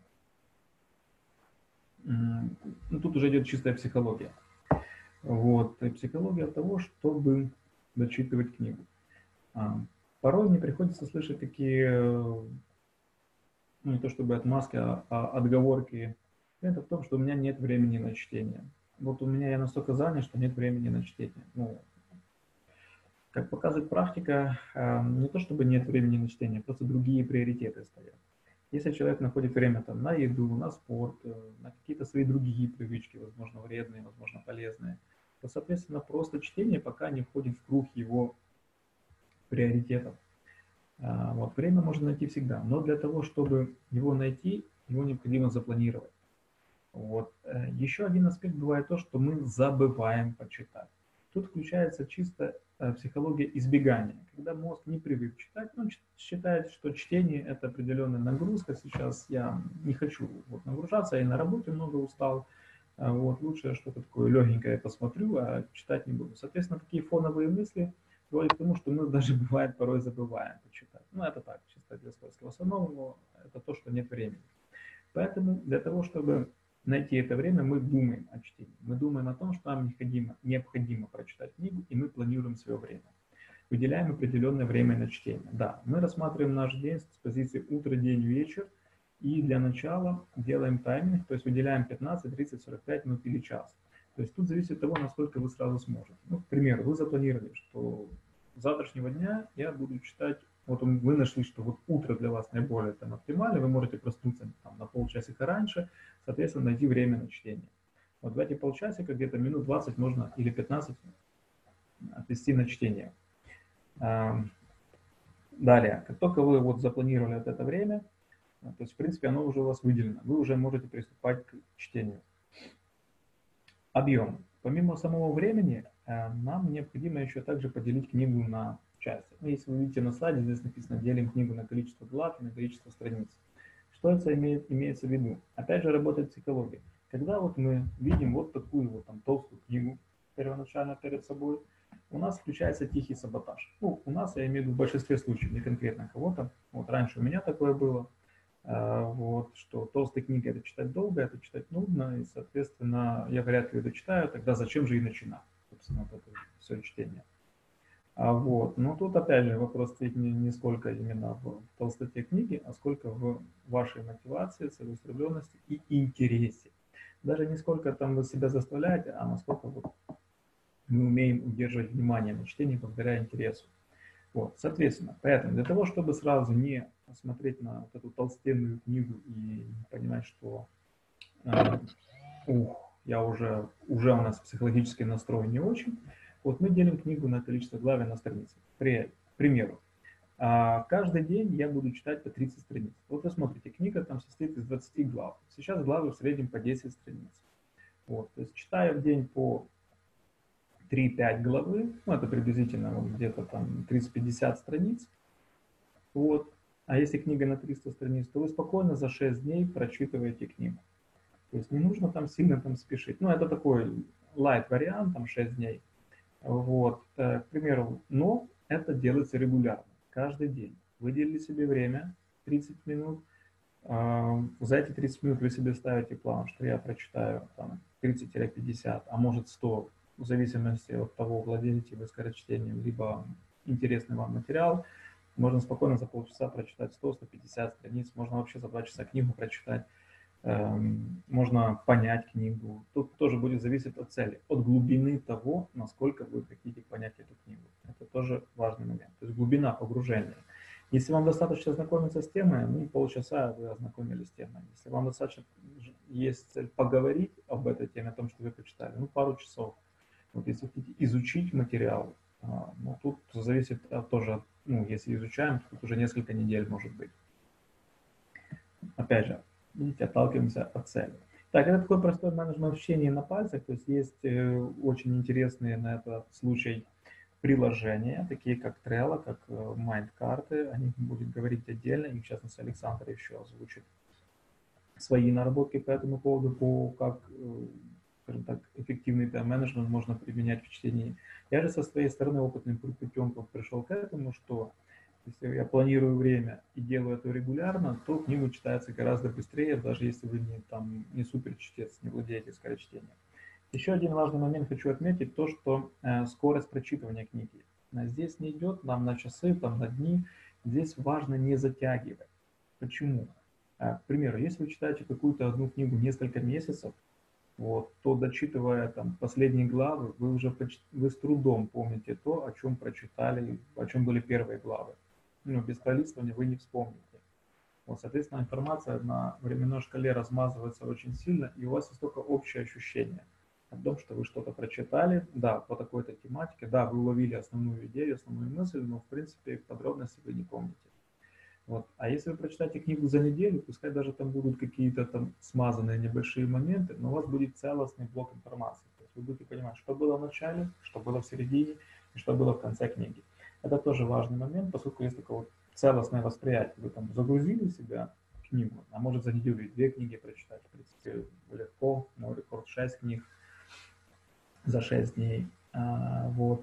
Ну, тут уже идет чистая психология. Вот, и психология того, чтобы дочитывать книгу. А, порой мне приходится слышать такие, ну, не то чтобы отмазки, а, а отговорки. Это в том, что у меня нет времени на чтение. Вот у меня я настолько занят, что нет времени на чтение. Ну, как показывает практика, не то чтобы нет времени на чтение, просто другие приоритеты стоят. Если человек находит время там, на еду, на спорт, на какие-то свои другие привычки, возможно, вредные, возможно, полезные, то, соответственно, просто чтение пока не входит в круг его приоритетов. Вот, время можно найти всегда, но для того, чтобы его найти, его необходимо запланировать. Вот. Еще один аспект бывает то, что мы забываем почитать. Тут включается чисто психология избегания. Когда мозг не привык читать, он считает, что чтение это определенная нагрузка. Сейчас я не хочу вот, нагружаться, я и на работе много устал. Вот, лучше я что-то такое легенькое посмотрю, а читать не буду. Соответственно, такие фоновые мысли приводят к тому, что мы даже бывает порой забываем почитать. Ну, это так, чисто для свойства. В основном это то, что нет времени. Поэтому для того, чтобы найти это время, мы думаем о чтении. Мы думаем о том, что нам необходимо, необходимо прочитать книгу, и мы планируем свое время. Выделяем определенное время на чтение. Да, мы рассматриваем наш день с позиции утро, день, вечер, и для начала делаем тайминг, то есть выделяем пятнадцать, тридцать, сорок пять минут или час. То есть тут зависит от того, насколько вы сразу сможете. Ну, к примеру, вы запланировали, что с завтрашнего дня я буду читать. Вот вы нашли, что вот утро для вас наиболее там, оптимально, вы можете проснуться там, на полчасика раньше, соответственно, найти время на чтение. Вот в эти полчасика где-то минут двадцать можно или пятнадцать отвести на чтение. Далее, как только вы вот запланировали вот это время, то есть, в принципе, оно уже у вас выделено, вы уже можете приступать к чтению. Объем. Помимо самого времени, нам необходимо еще также поделить книгу на части. Ну, если вы видите на слайде, здесь написано «делим книгу на количество глав и на количество страниц». Что это имеет, имеется в виду? Опять же, работает психология. Когда вот мы видим вот такую вот там толстую книгу первоначально перед собой, у нас включается тихий саботаж. Ну, у нас, я имею в виду в большинстве случаев, не конкретно кого-то. Вот раньше у меня такое было. Вот, что толстые книги это читать долго, это читать нудно, и, соответственно, я вряд ли дочитаю, тогда зачем же и начинать, собственно, вот это все чтение. А вот, но тут, опять же, вопрос стоит не, не сколько именно в толстоте книги, а сколько в вашей мотивации, целеустремленности и интересе. Даже не сколько там вы себя заставляете, а насколько вот мы умеем удерживать внимание на чтении благодаря интересу. Вот, соответственно, поэтому для того, чтобы сразу не смотреть на вот эту толстенную книгу и понимать, что э, ух, я уже, уже у нас психологический настрой не очень, вот мы делим книгу на количество глав на страницы. При, к примеру, э, каждый день я буду читать по тридцать страниц. Вот вы смотрите, книга там состоит из двадцати глав. Сейчас главы в среднем по десять страниц. Вот, то есть читая в день по три-пять главы, ну это приблизительно вот где-то там тридцать-пятьдесят страниц, вот, а если книга на триста страниц, то вы спокойно за шесть дней прочитываете книгу. То есть не нужно там сильно там спешить. Ну это такой light вариант, там шесть дней, вот, к примеру, но это делается регулярно, каждый день. Выделили себе время, тридцать минут, за эти тридцать минут вы себе ставите план, что я прочитаю там тридцать-пятьдесят, а может сто, в зависимости от того, владеете вы скорочтением, либо интересный вам материал, можно спокойно за полчаса прочитать сто-сто пятьдесят страниц, можно вообще за два часа книгу прочитать, эм, можно понять книгу. Тут тоже будет зависеть от цели, от глубины того, насколько вы хотите понять эту книгу. Это тоже важный момент. То есть глубина погружения. Если вам достаточно знакомиться с темой, ну, полчаса вы ознакомились с темой. Если вам достаточно есть цель поговорить об этой теме, о том, что вы почитали, ну, пару часов. Вот если хотите изучить материал, ну, тут зависит от, тоже, ну, если изучаем, тут уже несколько недель может быть. Опять же, видите, отталкиваемся от цели. Так, это такой простой менеджмент чтения на пальцах, то есть есть э, очень интересные на этот случай приложения, такие как Trello, как Mind-карты, о них будет говорить отдельно, и в частности Александр еще озвучит свои наработки по этому поводу, по как, скажем так, эффективный тайм-менеджмент можно применять в чтении. Я же со своей стороны опытным путем пришел к этому, что Если я планирую время и делаю это регулярно, то книга читается гораздо быстрее, даже если вы не, там, не супер чтец, не владеете скорочтением. Еще один важный момент хочу отметить, то, что э, скорость прочитывания книги. Здесь не идет нам на часы, там, на дни, здесь важно не затягивать. Почему? Э, к примеру, если вы читаете какую-то одну книгу несколько месяцев, вот, то, дочитывая там последние главы, вы уже почти, вы с трудом помните то, о чем прочитали, о чем были первые главы. Ну, без пролистывания вы не вспомните. Вот, соответственно, информация на временной шкале размазывается очень сильно, и у вас есть только общее ощущение о том, что вы что-то прочитали, да, по такой-то тематике, да, вы уловили основную идею, основную мысль, но, в принципе, подробности вы не помните. Вот. А если вы прочитаете книгу за неделю, пускай даже там будут какие-то там смазанные небольшие моменты, но у вас будет целостный блок информации. То есть вы будете понимать, что было в начале, что было в середине и что было в конце книги. Это тоже важный момент, поскольку есть такое вот целостное восприятие. Вы там загрузили себя в книгу, а может за неделю и две книги прочитать. В принципе, легко, мой рекорд шесть книг за шесть дней. А, вот.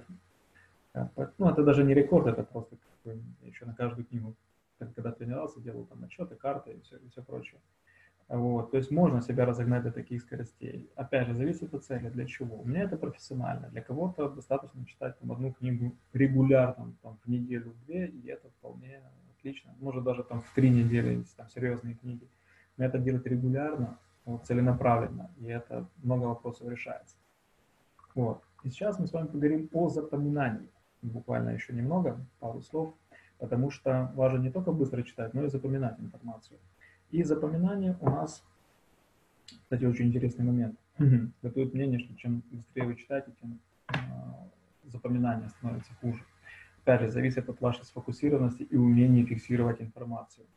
Ну, это даже не рекорд, это просто как бы еще на каждую книгу, когда тренировался, делал там отчеты, карты и все, и все прочее. Вот. То есть можно себя разогнать до таких скоростей. Опять же, зависит от цели, для чего. У меня это профессионально. Для кого-то достаточно читать там, одну книгу регулярно, там, в неделю-две, и это вполне отлично. Может даже там в три недели, если там серьезные книги. Но это делать регулярно, вот, целенаправленно, и это много вопросов решается. Вот. И сейчас мы с вами поговорим о запоминании. Буквально еще немного, пару слов, потому что важно не только быстро читать, но и запоминать информацию. И запоминание у нас, кстати, очень интересный момент. Бытует мнение, что чем быстрее вы читаете, тем э, запоминание становится хуже. Опять же, зависит от вашей сфокусированности и умения фиксировать информацию.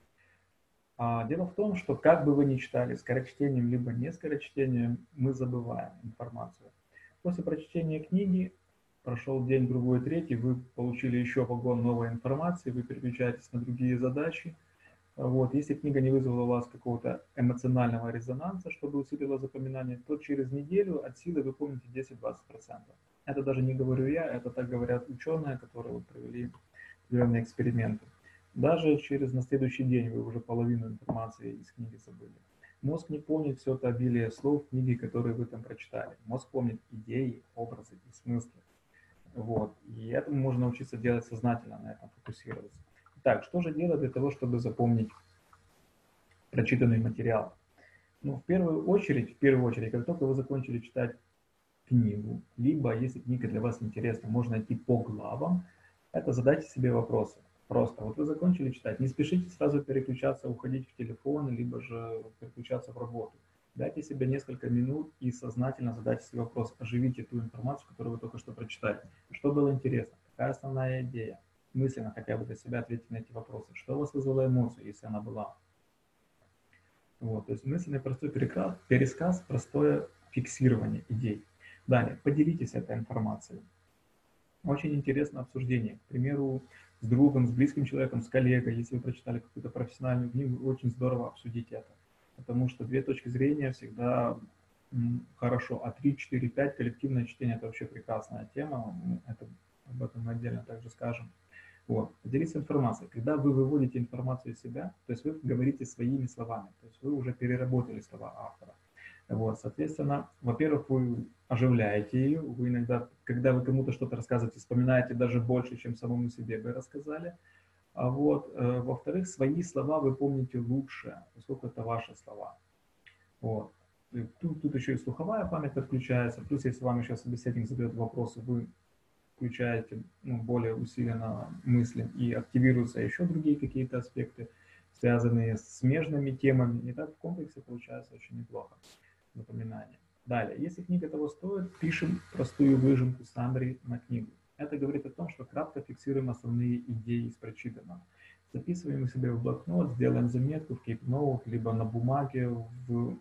А дело в том, что как бы вы ни читали, скорочтением либо не скорочтением, мы забываем информацию. После прочтения книги прошел день, другой, третий, вы получили еще вагон новой информации, вы переключаетесь на другие задачи. Вот. Если книга не вызвала у вас какого-то эмоционального резонанса, чтобы усилило запоминание, то через неделю от силы вы помните десять-двадцать процентов. Это даже не говорю я, это так говорят ученые, которые вот провели определенные эксперименты. Даже через на следующий день вы уже половину информации из книги забыли. Мозг не помнит все это обилие слов в книге, которые вы там прочитали. Мозг помнит идеи, образы и смыслы. Вот. И этому можно научиться делать сознательно, на этом фокусироваться. Так, что же делать для того, чтобы запомнить прочитанный материал? Ну, в первую очередь, в первую очередь, как только вы закончили читать книгу, либо, если книга для вас интересна, можно идти по главам, это задайте себе вопросы. Просто, вот вы закончили читать, не спешите сразу переключаться, уходить в телефон, либо же переключаться в работу. Дайте себе несколько минут и сознательно задайте себе вопрос, оживите ту информацию, которую вы только что прочитали. Что было интересно, какая основная идея? Мысленно хотя бы для себя ответьте на эти вопросы. Что у вас вызвало эмоцию, если она была? Вот, то есть мысленный простой пересказ, пересказ, простое фиксирование идей. Далее, поделитесь этой информацией. Очень интересное обсуждение. К примеру, с другом, с близким человеком, с коллегой. Если вы прочитали какую-то профессиональную книгу, очень здорово обсудить это. Потому что две точки зрения всегда м, хорошо. А три, четыре, пять коллективное чтение – это вообще прекрасная тема. Это, об этом мы отдельно также скажем. Вот. Поделиться информацией. Когда вы выводите информацию из себя, то есть вы говорите своими словами, то есть вы уже переработали слова автора. Вот, соответственно, во-первых, вы оживляете ее, вы иногда, когда вы кому-то что-то рассказываете, вспоминаете даже больше, чем самому себе вы рассказали. А вот, э, во-вторых, свои слова вы помните лучше, поскольку это ваши слова. Вот. Тут, тут еще и слуховая память подключается, плюс если вам еще собеседник задает вопросы, вы включаете ну, более усиленно мысли и активируются еще другие какие-то аспекты, связанные с смежными темами. И так в комплексе получается очень неплохо запоминание. Далее, если книга того стоит, пишем простую выжимку summary на книгу. Это говорит о том, что кратко фиксируем основные идеи из прочитанного. Записываем их себе в блокнот, сделаем заметку в Keep Note, либо на бумаге, в,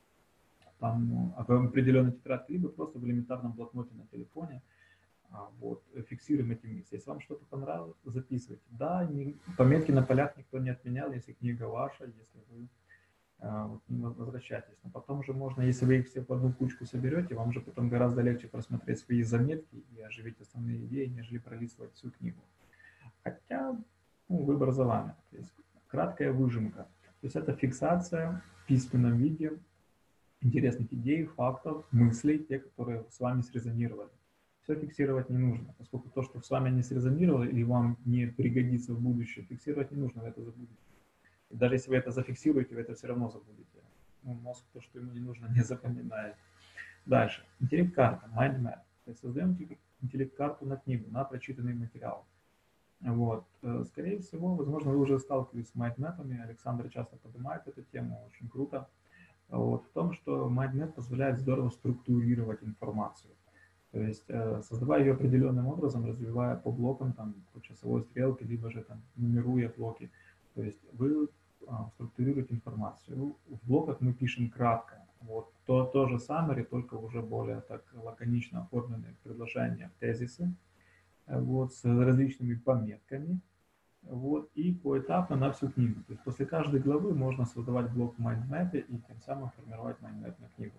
там, в определенной тетрадке, либо просто в элементарном блокноте на телефоне. Вот, фиксируем эти мысли. Если вам что-то понравилось, записывайте. Да, не, пометки на полях никто не отменял, если книга ваша, если вы а, вот, не возвращаетесь. Но потом уже можно, если вы их все в одну кучку соберете, вам же потом гораздо легче просмотреть свои заметки и оживить основные идеи, нежели пролистывать всю книгу. Хотя ну, выбор за вами. То есть краткая выжимка. То есть это фиксация в письменном виде интересных идей, фактов, мыслей, те, которые с вами срезонировали. Все фиксировать не нужно, поскольку то, что с вами не срезонировало или вам не пригодится в будущем, фиксировать не нужно, вы это забудете. И даже если вы это зафиксируете, вы это все равно забудете. Ну, мозг то, что ему не нужно, не запоминает. Дальше. Интеллект-карта, mind map. То есть создаем интеллект-карту на книгу, на прочитанный материал. Вот. Скорее всего, возможно, вы уже сталкивались с майндмэпами. Александр часто поднимает эту тему, очень круто. Вот. В том, что майндмэп позволяет здорово структурировать информацию. То есть, создавая ее определенным образом, развивая по блокам, там, по часовой стрелке, либо же там, нумеруя блоки. То есть вы а, структурируете информацию. В блоках мы пишем кратко. Вот. То, то же summary, только уже более так лаконично оформленные предложения, тезисы. Вот, с различными пометками, вот, и поэтапно на всю книгу. То есть после каждой главы можно создавать блок в майндмэпе и тем самым формировать майндмэп на книгу.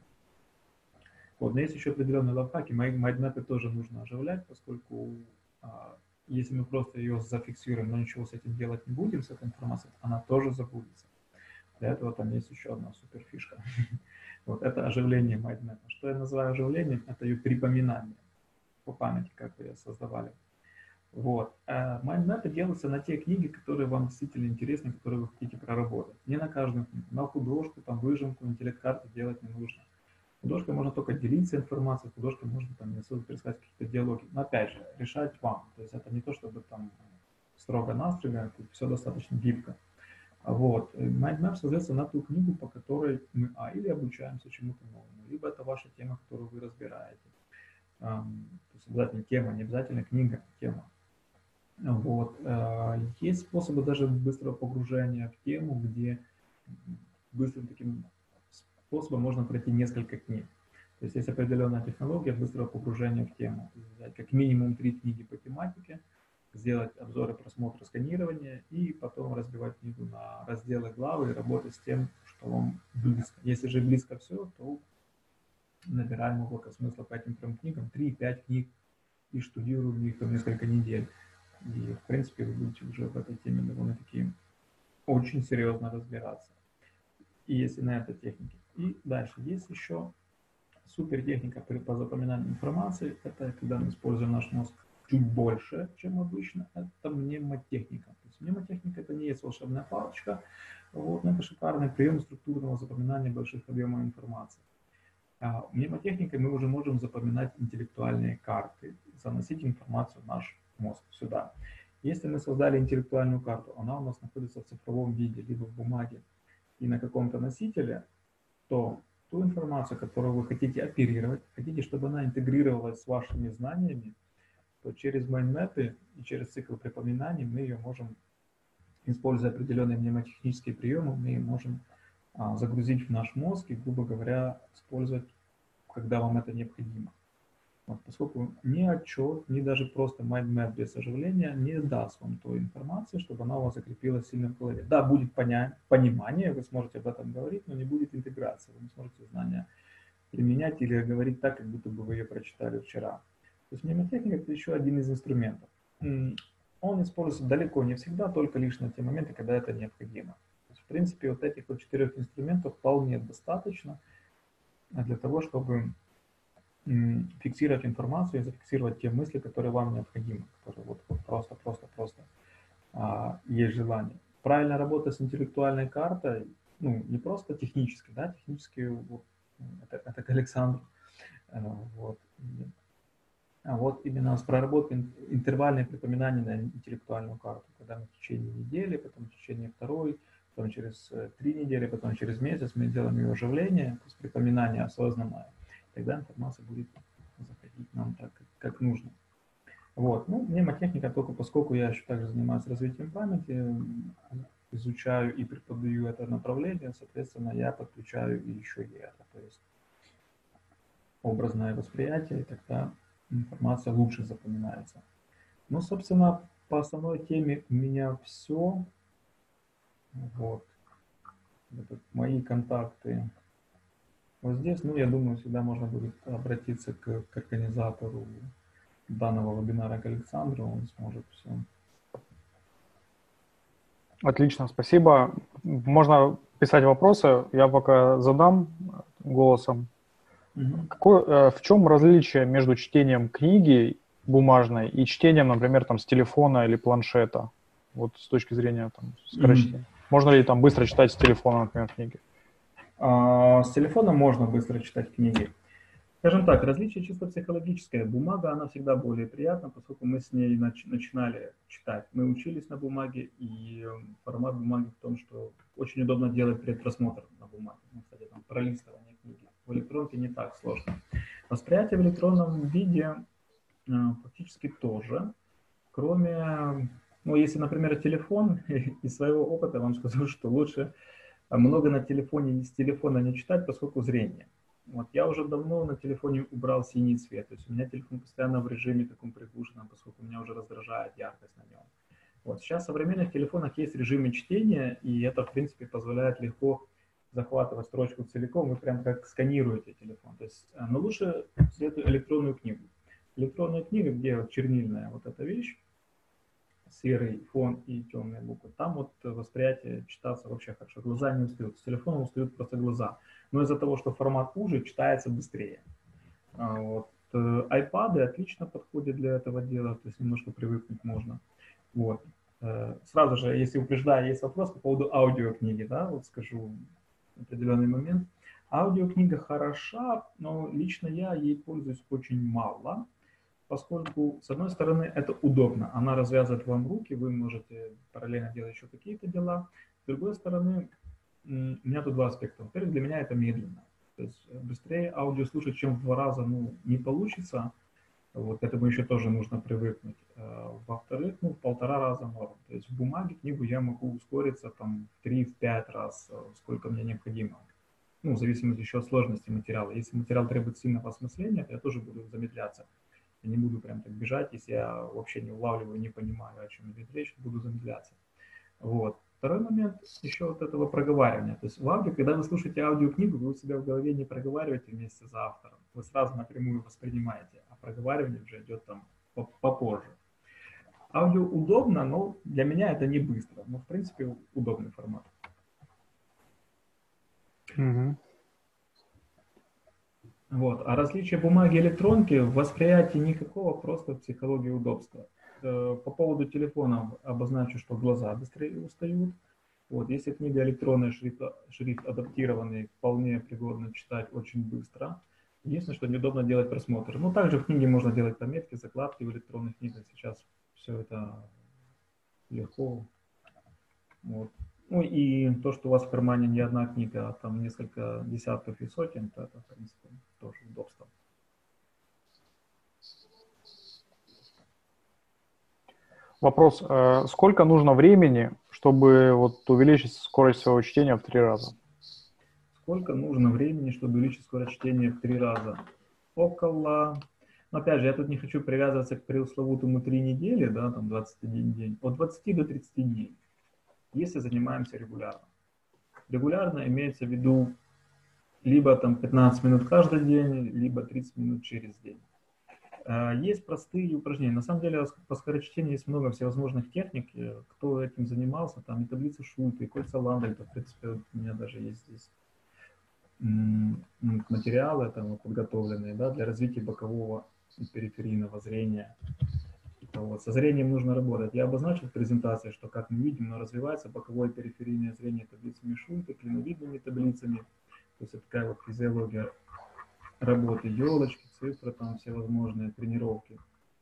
Вот, но есть еще определенные лайфхаки. Майндмэпы тоже нужно оживлять, поскольку а, если мы просто ее зафиксируем, но ничего с этим делать не будем, с этой информацией, она тоже забудется. Для этого там есть еще одна супер фишка. Вот это оживление майндмэпа. Что я называю оживлением? Это ее припоминание по памяти, как вы ее создавали. Вот. Майндмэпы делаются на те книги, которые вам действительно интересны, которые вы хотите проработать. Не на каждую книгу. На художку, там, выжимку, интеллект-карту делать не нужно. Художкой можно только делиться информацией, художкой можно там пересказать какие-то диалоги. Но опять же, решать вам. То есть это не то, чтобы там строго-настрого, все достаточно гибко. Вот. Майндмэп создается на ту книгу, по которой мы а, или обучаемся чему-то новому, либо это ваша тема, которую вы разбираете. То есть обязательно тема, не обязательно книга, тема. Вот. Есть способы даже быстрого погружения в тему, где быстрым таким способом можно пройти несколько книг. То есть есть определенная технология быстрого погружения в тему. Взять как минимум три книги по тематике, сделать обзоры, просмотры, сканирование и потом разбивать книгу на разделы, главы и работать с тем, что вам близко. Если же близко все, то набираем облако смысла по этим трем книгам, три-пять книг, и штудируем их там несколько недель. И, в принципе, вы будете уже в этой теме довольно-таки очень серьезно разбираться. И если на этой технике. И дальше есть еще супер техника по запоминанию информации. Это когда мы используем наш мозг чуть больше, чем обычно. Это мнемотехника. То есть мнемотехника это не есть волшебная палочка, вот, но это шикарный прием структурного запоминания больших объемов информации. А мнемотехникой мы уже можем запоминать интеллектуальные карты, заносить информацию в наш мозг сюда. Если мы создали интеллектуальную карту, она у нас находится в цифровом виде, либо в бумаге и на каком-то носителе, то ту информацию, которую вы хотите оперировать, хотите, чтобы она интегрировалась с вашими знаниями, то через майндмэпы и через цикл припоминаний мы ее можем, используя определенные мнемотехнические приемы, мы ее можем а, загрузить в наш мозг и, грубо говоря, использовать, когда вам это необходимо. Вот, поскольку ни отчет, ни даже просто майндмэп без оживления не даст вам той информации, чтобы она у вас закрепилась сильно в голове. Да, будет поня- понимание, вы сможете об этом говорить, но не будет интеграции, вы не сможете знания применять или говорить так, как будто бы вы ее прочитали вчера. То есть мнемотехника – это еще один из инструментов. Он используется далеко не всегда, только лишь на те моменты, когда это необходимо. То есть, в принципе, вот этих вот четырех инструментов вполне достаточно для того, чтобы фиксировать информацию и зафиксировать те мысли, которые вам необходимы, которые вот просто, просто, просто а, есть желание. Правильно работать с интеллектуальной картой, ну, не просто технически, да, технически, вот, это, это к Александру, вот. А вот именно с проработкой интервальные припоминания на интеллектуальную карту, когда мы в течение недели, потом в течение второй, потом через три недели, потом через месяц мы делаем ее оживление, то есть припоминание осознанное. Тогда информация будет заходить нам так, как нужно. Вот. Ну, мнемотехника только поскольку я еще также занимаюсь развитием памяти, изучаю и преподаю это направление, соответственно, я подключаю и еще и это. То есть образное восприятие, и тогда информация лучше запоминается. Ну, собственно, по основной теме у меня все. Вот. Это мои контакты. Вот здесь, ну, я думаю, всегда можно будет обратиться к, к организатору данного вебинара, к Александру, он сможет все Отлично, спасибо. Можно писать вопросы, я пока задам голосом. Мгм. Какое, э, в чем различие между чтением книги бумажной и чтением, например, там, с телефона или планшета? Вот с точки зрения там, Мгм. скорочтения. Можно ли там быстро читать с телефона, например, книги? А, С телефона можно быстро читать книги. Скажем так, различие чисто психологическое. Бумага, она всегда более приятна, поскольку мы с ней нач- начинали читать. Мы учились на бумаге, и э, формат бумаги в том, что очень удобно делать предпросмотр на бумаге. Ну, кстати, там пролистывание книги. В электронке не так сложно. Восприятие в электронном виде э, фактически тоже, кроме, ну, если, например, телефон, из своего опыта вам скажу, что лучше много на телефоне, с телефона не читать, поскольку зрение. Вот, я уже давно на телефоне убрал синий цвет, то есть у меня телефон постоянно в режиме таком приглушенном, поскольку меня уже раздражает яркость на нем. Вот, сейчас в современных телефонах есть режимы чтения, и это, в принципе, позволяет легко захватывать строчку целиком, вы прям как сканируете телефон. То есть, но лучше советую электронную книгу. Электронная книга, где вот чернильная вот эта вещь, серый фон и темные буквы, там вот восприятие читаться вообще хорошо. Глаза не устают. С телефона устают просто глаза. Но из-за того, что формат уже, читается быстрее. А вот. iPad отлично подходят для этого дела, то есть немножко привыкнуть можно. Вот. Сразу же, если упреждаю, есть вопрос по поводу аудиокниги, да, вот скажу в определенный момент. Аудиокнига хороша, но лично я ей пользуюсь очень мало, поскольку, с одной стороны, это удобно, она развязывает вам руки, вы можете параллельно делать еще какие-то дела. С другой стороны, у меня тут два аспекта. Во-первых, для меня это медленно. То есть быстрее аудио слушать, чем в два раза, ну, не получится. Вот к этому еще тоже нужно привыкнуть. Во-вторых, ну, в полтора раза норм. То есть в бумаге книгу я могу ускориться там в три-пять раз, сколько мне необходимо. Ну, в зависимости еще от сложности материала. Если материал требует сильного осмысления, то я тоже буду замедляться. Я не буду прям так бежать, если я вообще не улавливаю, не понимаю, о чем идет речь, буду замедляться. Вот. Второй момент еще вот этого проговаривания. То есть в аудио, когда вы слушаете аудиокнигу, вы у себя в голове не проговариваете вместе за автором. Вы сразу напрямую воспринимаете, а проговаривание уже идет там попозже. Аудио удобно, но для меня это не быстро. Но в принципе удобный формат. Угу. Вот. А различие бумаги и электронки в восприятии никакого, просто психология удобства. По поводу телефонов обозначу, что глаза быстрее устают. Вот, если книга электронная, шрифт, шрифт адаптированный, вполне пригодно читать очень быстро. Единственное, что неудобно делать просмотр. Ну, также в книге можно делать пометки, закладки в электронных книгах. Сейчас все это легко. Вот. Ну и то, что у вас в кармане не одна книга, а там несколько десятков и сотен, то это, в принципе, тоже удобство. Вопрос, э, сколько нужно времени, чтобы вот увеличить скорость своего чтения в три раза? Сколько нужно времени, чтобы увеличить скорость чтения в три раза? Около... Но опять же, я тут не хочу привязываться к пресловутому три недели, да, там двадцать один день. От двадцати до тридцати дней, если занимаемся регулярно. Регулярно имеется в виду либо там пятнадцать минут каждый день, либо тридцать минут через день. Есть простые упражнения. На самом деле по скорочтению есть много всевозможных техник. Кто этим занимался, там и таблица Шульта, и кольца Ландальта, в принципе, вот у меня даже есть здесь материалы там, подготовленные, да, для развития бокового и периферийного зрения. Вот. Со зрением нужно работать. Я обозначил в презентации, что, как мы видим, но развивается боковое и периферийное зрение таблицами Шульта, клиновидными таблицами. То есть это такая вот физиология работы, елочки, цифры, там всевозможные тренировки.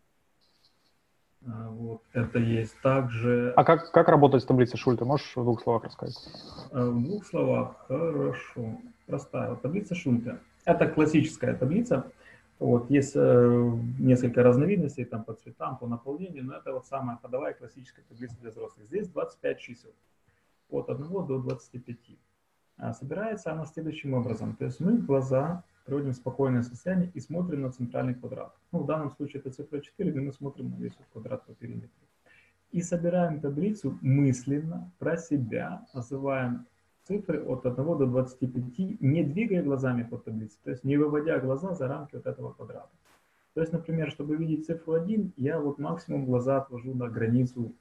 Вот. Это есть также... А как, как работать с таблицей Шульта? Можешь в двух словах рассказать? В двух словах, хорошо. Простая таблица Шульта. Это классическая таблица. Вот, есть э, несколько разновидностей там по цветам, по наполнению, но это вот самая ходовая классическая таблица для взрослых. Здесь двадцать пять чисел, от одного до двадцати пяти. А собирается она следующим образом. То есть мы глаза приводим в спокойное состояние и смотрим на центральный квадрат. Ну, в данном случае это цифра четыре, где мы смотрим на весь квадрат по периметру. И собираем таблицу мысленно, про себя, называем цифры от одного до двадцати пяти, не двигая глазами по таблице, то есть не выводя глаза за рамки вот этого квадрата. То есть, например, чтобы видеть цифру один, я вот максимум глаза отвожу на границу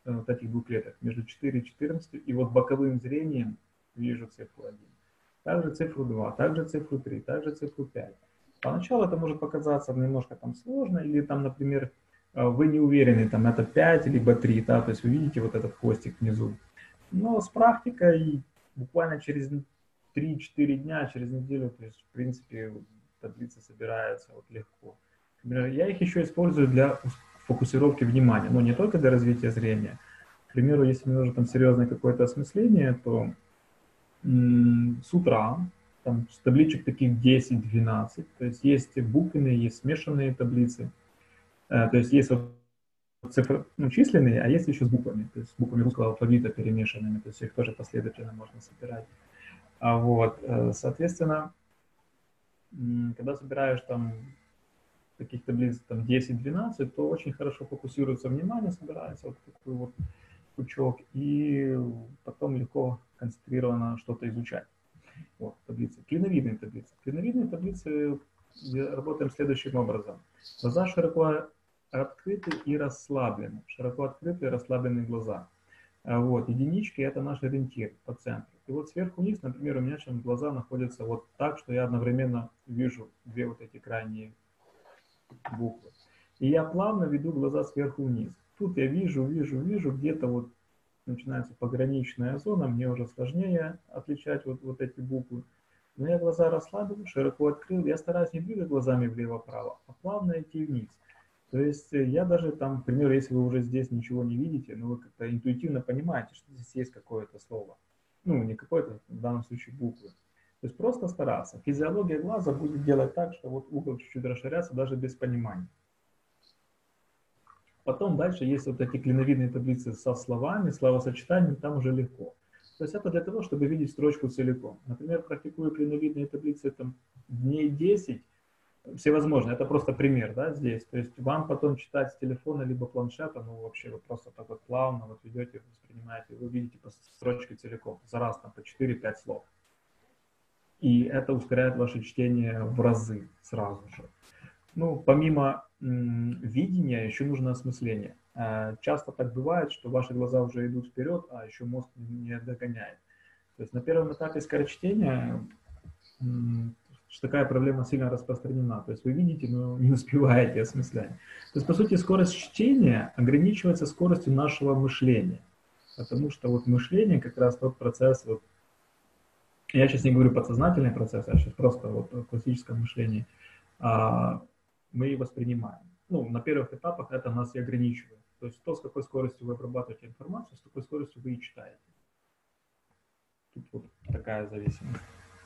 вот этих двух клеток, между четыре и четырнадцать, и вот боковым зрением вижу цифру один. Также цифру два, также цифру три, также цифру пять. Поначалу это может показаться немножко там сложно, или там, например, вы не уверены, там это пять либо три, да, то есть вы видите вот этот хвостик внизу. Но с практикой буквально через три-четыре дня, через неделю, то есть в принципе таблицы собираются вот легко. Я их еще использую для фокусировки внимания, но не только для развития зрения. К примеру, если мне нужно там серьезное какое-то осмысление, то м- с утра там с табличек таких десять-двенадцать, то есть есть буквенные, есть смешанные таблицы, э, то есть есть вот цифры, ну, численные, а есть еще с буквами, то есть с буквами русского алфавита перемешанными, то есть их тоже последовательно можно собирать. А вот, соответственно, когда собираешь там таких таблиц там десять-двенадцать, то очень хорошо фокусируется внимание, собирается вот такой вот пучок, и потом легко концентрированно что-то изучать. Вот, таблицы. Клиновидные таблицы. Клиновидные таблицы работаем следующим образом. Глаза широко открыты и расслаблены. Широко открыты и расслабленные глаза. Вот, единички — это наш ориентир по центру. И вот сверху вниз, например, у меня сейчас глаза находятся вот так, что я одновременно вижу две вот эти крайние буквы. И я плавно веду глаза сверху вниз. Тут я вижу, вижу, вижу, где-то вот начинается пограничная зона, мне уже сложнее отличать вот, вот эти буквы. Но я глаза расслабил, широко открыл, я стараюсь не двигать глазами влево-вправо, а плавно идти вниз. То есть я даже там, к примеру, если вы уже здесь ничего не видите, но вы как-то интуитивно понимаете, что здесь есть какое-то слово. Ну, не какое-то, в данном случае буквы. То есть просто стараться. Физиология глаза будет делать так, что вот угол чуть-чуть расширяется даже без понимания. Потом дальше есть вот эти клиновидные таблицы со словами, словосочетаниями, там уже легко. То есть это для того, чтобы видеть строчку целиком. Например, практикую клиновидные таблицы там дней десять, всевозможно, это просто пример, да, здесь. То есть вам потом читать с телефона либо планшета, ну вообще вы просто так вот плавно вот ведете, воспринимаете, вы видите по строчке целиком, за раз там по четыре-пять слов. И это ускоряет ваше чтение в разы сразу же. Ну, помимо м, видения, еще нужно осмысление. Э, часто так бывает, что ваши глаза уже идут вперед, а еще мозг не догоняет. То есть на первом этапе скорочтения м, такая проблема сильно распространена. То есть вы видите, но не успеваете осмыслять. То есть, по сути, скорость чтения ограничивается скоростью нашего мышления. Потому что вот мышление как раз тот процесс, вот, я сейчас не говорю подсознательный процесс, а сейчас просто вот классическое мышление, а, мы и воспринимаем. Ну, на первых этапах это нас и ограничивает. То есть то, с какой скоростью вы обрабатываете информацию, с такой скоростью вы и читаете. Тут вот такая зависимость.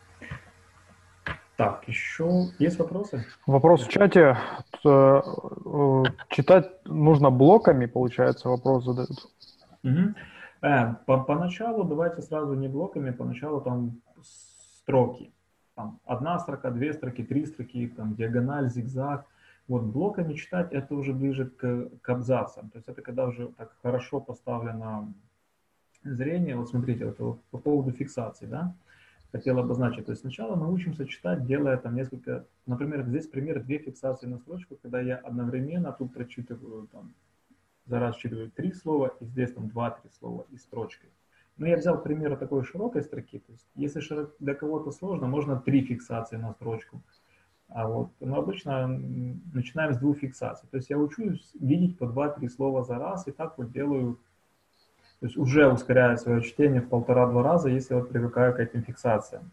Так, еще есть вопросы? Вопрос в чате. Читать нужно блоками, получается, вопрос задают. Угу. Э, по, поначалу давайте сразу не блоками, поначалу там строки. Там одна строка, две строки, три строки, там диагональ, зигзаг. Вот блоками читать это уже ближе к, к абзацам. То есть это когда уже так хорошо поставлено зрение. Вот смотрите, это вот по поводу фиксации, да, хотел обозначить. То есть сначала мы учимся читать, делая там несколько, например, здесь пример две фиксации на строчку, когда я одновременно тут прочитываю там, за раз считываю три слова, и здесь там два-три слова и строчкой. Но я взял пример такой широкой строки, то есть если широк, для кого-то сложно, можно три фиксации на строчку. А вот, но обычно начинаем с двух фиксаций. То есть я учусь видеть по два-три слова за раз, и так вот делаю, то есть уже ускоряю свое чтение в полтора-два раза, если вот привыкаю к этим фиксациям.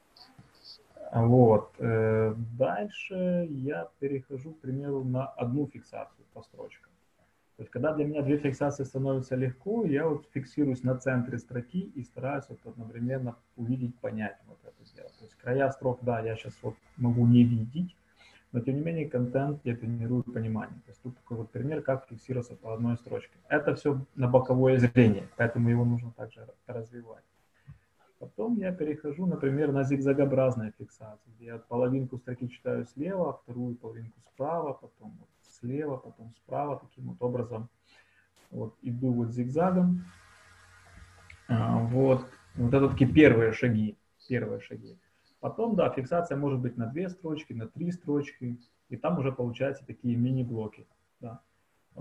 Вот. Дальше я перехожу, к примеру, на одну фиксацию по строчкам. То есть, когда для меня две фиксации становятся легко, я вот фиксируюсь на центре строки и стараюсь вот одновременно увидеть, понять вот это дело. То есть края строк, да, я сейчас вот могу не видеть, но тем не менее контент я тренирую понимание. То есть тут такой вот пример, как фиксироваться по одной строчке. Это все на боковое зрение, поэтому его нужно также развивать. Потом я перехожу, например, на зигзагообразные фиксации, где я половинку строки читаю слева, вторую половинку справа, потом вот слева, потом справа, таким вот образом вот иду вот зигзагом. А, вот, вот это такие первые шаги, первые шаги. Потом, да, фиксация может быть на две строчки, на три строчки, и там уже получаются такие мини-блоки. Да.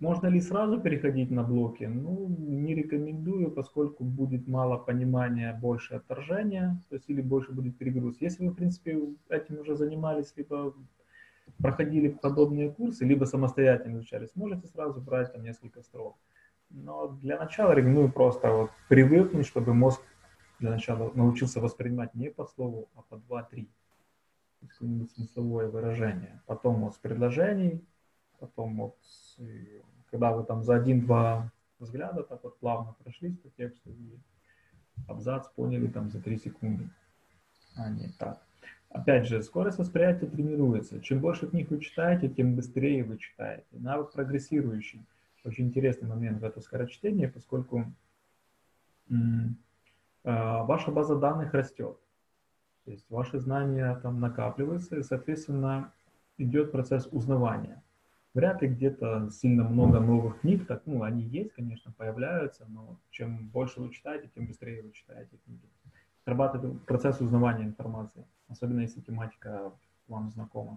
Можно ли сразу переходить на блоки? Ну, не рекомендую, поскольку будет мало понимания, больше отторжения, то есть или больше будет перегруз. Если вы, в принципе, этим уже занимались, либо проходили подобные курсы, либо самостоятельно изучались, можете сразу брать там несколько строк. Но для начала рекомендую просто вот привыкнуть, чтобы мозг для начала научился воспринимать не по слову, а по два-три. Какое-нибудь смысловое выражение. Потом вот с предложений, потом вот с, когда вы там за один-два взгляда так вот плавно прошлись по тексту и абзац поняли там за три секунды, а не так. Опять же, скорость восприятия тренируется. Чем больше книг вы читаете, тем быстрее вы читаете. Навык прогрессирующий. Очень интересный момент в это скорочтение, поскольку м, э, ваша база данных растет. То есть ваши знания там накапливаются, и, соответственно, идет процесс узнавания. Вряд ли где-то сильно много новых книг, так, ну, они есть, конечно, появляются, но чем больше вы читаете, тем быстрее вы читаете книги. Срабатывает процесс узнавания информации, особенно если тематика вам знакома.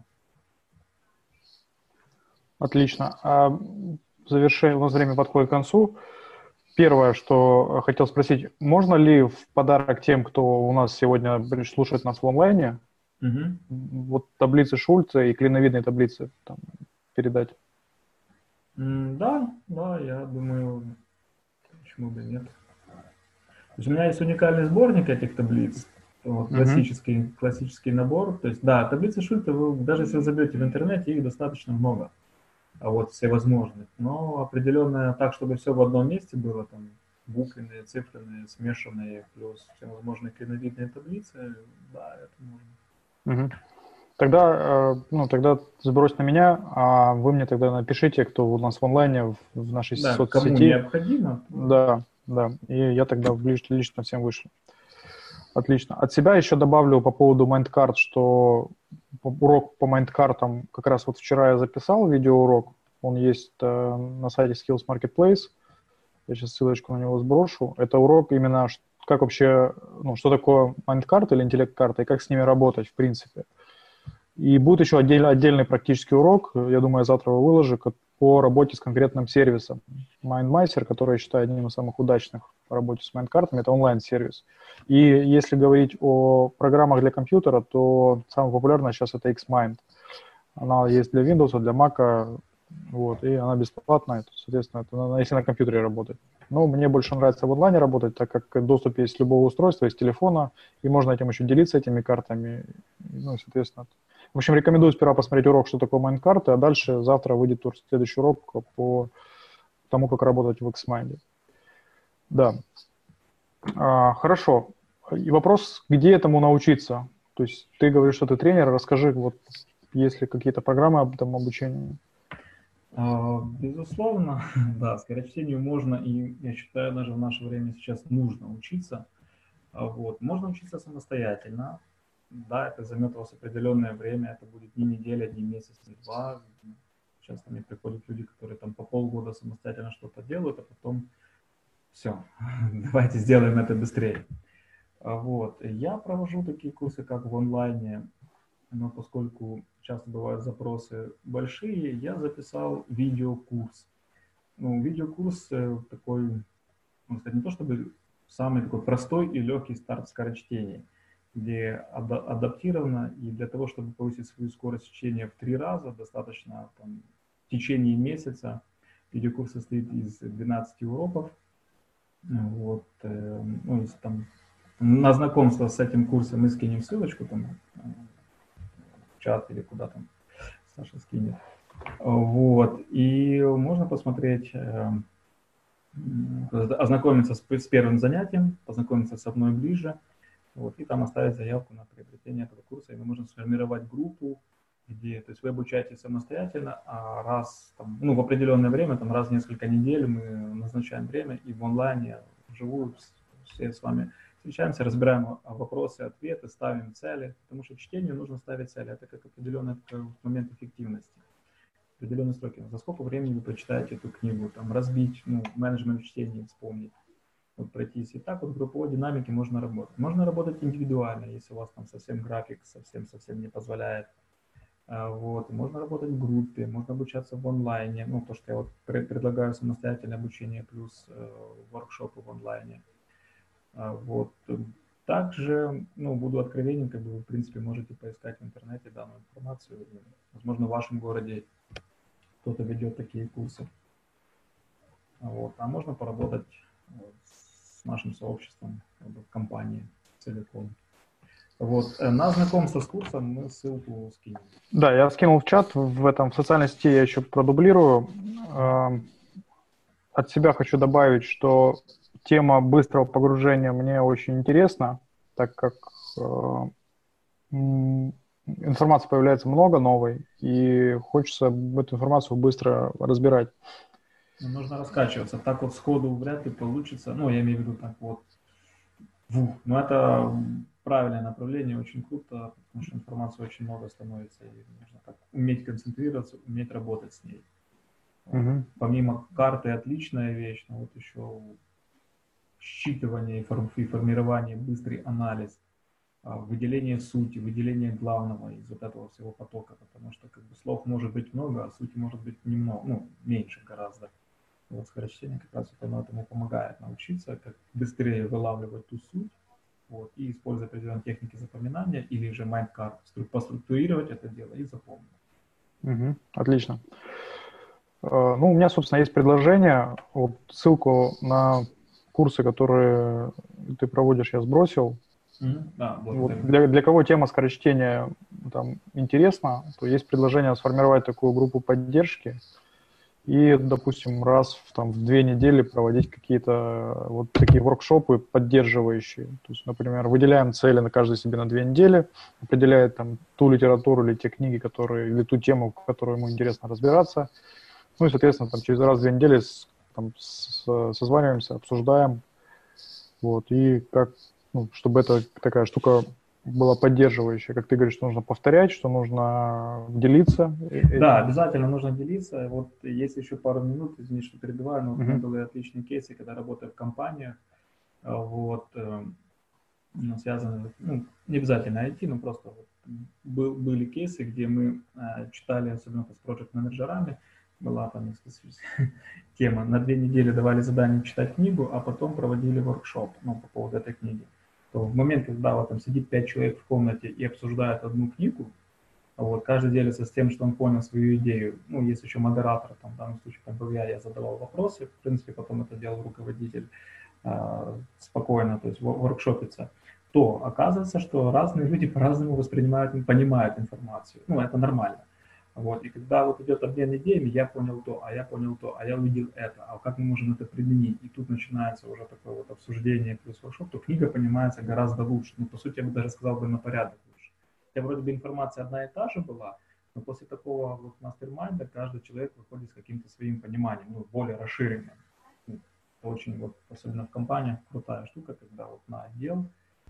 Отлично. А завершение, у нас время подходит к концу. Первое, что хотел спросить, можно ли в подарок тем, кто у нас сегодня слушает нас в онлайне, Угу. вот таблицы Шульца и клиновидные таблицы там, передать? М, Да, да, я думаю, почему бы нет. То есть у меня есть уникальный сборник этих таблиц, вот, Мгм. классический, классический набор. То есть, да, таблицы Шульта, вы, даже если вы забьете в интернете, их достаточно много, а вот всевозможных. Но определенное так, чтобы все в одном месте было, там, буквенные, цифренные, смешанные, плюс всевозможные клиновидные таблицы, да, это можно. Мгм. Тогда, э, ну, тогда сбрось на меня, а вы мне тогда напишите, кто у нас в онлайне, в, в нашей Да, кому соцсети. необходимо, то... Да, да. И я тогда лич- лично всем вышлю. Отлично. От себя еще добавлю по поводу майндкарт, что урок по майндкартам как раз вот вчера я записал видеоурок. Он есть э, на сайте Skills Marketplace. Я сейчас ссылочку на него сброшу. Это урок именно, как вообще, ну, что такое майндкарта или интеллект-карта и как с ними работать, в принципе. И будет еще отдельный, отдельный практический урок, я думаю, я завтра его выложу, по работе с конкретным сервисом. MindMeister, который я считаю одним из самых удачных по работе с майндкартами, это онлайн-сервис. И если говорить о программах для компьютера, то самая популярная сейчас это Xmind. Она есть для Windows, для Mac, вот, и она бесплатная, то, соответственно, это, если на компьютере работать. Но мне больше нравится в онлайне работать, так как доступ есть с любого устройства, из телефона, и можно этим еще делиться, этими картами. Ну, соответственно. В общем, рекомендую сперва посмотреть урок, что такое майндкарты, а дальше завтра выйдет следующий урок по тому, как работать в Xmind. Да. А, хорошо. И вопрос, где этому научиться? То есть ты говоришь, что ты тренер, расскажи, вот есть ли какие-то программы об этом обучении? Безусловно, да, скорочтению можно, и я считаю, даже в наше время сейчас нужно учиться. Вот. Можно учиться самостоятельно. Да, это займет у вас определенное время, это будет не неделя, не месяц, не два. Часто мне приходят люди, которые там по полгода самостоятельно что-то делают, а потом все, давайте сделаем это быстрее. Вот. Я провожу такие курсы, как в онлайне, но поскольку часто бывают запросы большие, я записал видеокурс. Ну, видеокурс такой, можно сказать, не то чтобы самый такой простой и легкий старт в скорочтении, где ада- адаптировано, и для того, чтобы повысить свою скорость чтения в три раза, достаточно там, в течение месяца. Видеокурс состоит из двенадцати уроков. Вот, э, ну, если там на знакомство с этим курсом мы скинем ссылочку там, э, в чат или куда там Саша скинет. Вот, и можно посмотреть, э, ознакомиться с, с первым занятием, познакомиться со мной ближе, вот, и там оставить заявку на приобретение этого курса, и мы можем сформировать группу, где, то есть вы обучаетесь самостоятельно, а раз, там, ну, в определенное время, там, раз в несколько недель мы назначаем время, и в онлайне, вживую все с вами встречаемся, разбираем вопросы, ответы, ставим цели, потому что чтению нужно ставить цели, это как определенный такой момент эффективности. Определенные сроки. За сколько времени вы прочитаете эту книгу, там, разбить, ну, менеджмент чтения, вспомнить, вот, пройтись. И так вот в групповой динамике можно работать. Можно работать индивидуально, если у вас там совсем график совсем-совсем не позволяет. Вот. Можно работать в группе, можно обучаться в онлайне. Ну, то, что я вот предлагаю самостоятельное обучение плюс э, воркшопы в онлайне. Вот. Также, ну, буду откровенен, как бы вы, в принципе, можете поискать в интернете данную информацию. Возможно, в вашем городе кто-то ведет такие курсы. Вот. А можно поработать вот, с нашим сообществом, как бы, в компании целиком. Вот. На знакомство с курсом мы ссылку скинем. Да, я скинул в чат, в этом в социальной сети я еще продублирую. От себя хочу добавить, что тема быстрого погружения мне очень интересна, так как информации появляется много новой, и хочется эту информацию быстро разбирать. Нужно раскачиваться. Так вот сходу вряд ли получится. Ну, я имею в виду так вот. Но это правильное направление, очень круто, потому что информации очень много становится, и нужно так уметь концентрироваться, уметь работать с ней. Угу. Помимо карты отличная вещь, но вот еще считывание и формирование, быстрый анализ, выделение сути, выделение главного из вот этого всего потока, потому что как бы слов может быть много, а сути может быть немного, ну, меньше гораздо. Вот скорочтение как раз вот оно этому помогает научиться, как быстрее вылавливать ту суть, вот, и используя определенные техники запоминания или же майнд-карт, поструктурировать это дело и запомнить. Угу. Отлично. Ну, у меня, собственно, есть предложение. Вот ссылку на курсы, которые ты проводишь, я сбросил. Mm-hmm. Да, вот для, для кого тема скорочтения там интересна, то есть предложение сформировать такую группу поддержки и, допустим, раз в, там, в две недели проводить какие-то вот такие воркшопы поддерживающие. То есть, например, выделяем цели на каждый себе на две недели, определяет там ту литературу или те книги, которые, или ту тему, в которой ему интересно разбираться. Ну и, соответственно, там, через раз в две недели с, там, с, созваниваемся, обсуждаем. Вот, и как, ну, чтобы эта такая штука была поддерживающая. Как ты говоришь, что нужно повторять, что нужно делиться. Этим. Да, обязательно нужно делиться. Вот есть еще пару минут, извини, что перебиваю, но uh-huh. у меня были отличные кейсы, когда работаю в компаниях, вот, ну, связаны, ну, не обязательно ай ти, но просто вот, был, были кейсы, где мы э, читали, особенно с проект-менеджерами, была там тема, на две недели давали задание читать книгу, а потом проводили воркшоп, ну, по поводу этой книги. То в момент, когда вот там сидит пять человек в комнате и обсуждают одну книгу, вот, каждый делится с тем, что он понял свою идею. Ну, есть еще модератор, там, в данном случае, как был я, я задавал вопросы, в принципе, потом это делал руководитель э, спокойно, то есть воркшопится, то оказывается, что разные люди по-разному воспринимают, понимают информацию. Ну, это нормально. Вот. И когда вот идет обмен идеями, я понял то, а я понял то, а я увидел это, а как мы можем это применить? И тут начинается уже такое вот обсуждение плюс воркшоп, то книга понимается гораздо лучше. Ну, по сути, я бы даже сказал бы на порядок лучше. Хотя вроде бы информация одна и та же была, но после такого вот мастер-майнда каждый человек выходит с каким-то своим пониманием, ну, более расширенным. Это очень, вот, особенно в компаниях, крутая штука, когда вот на отдел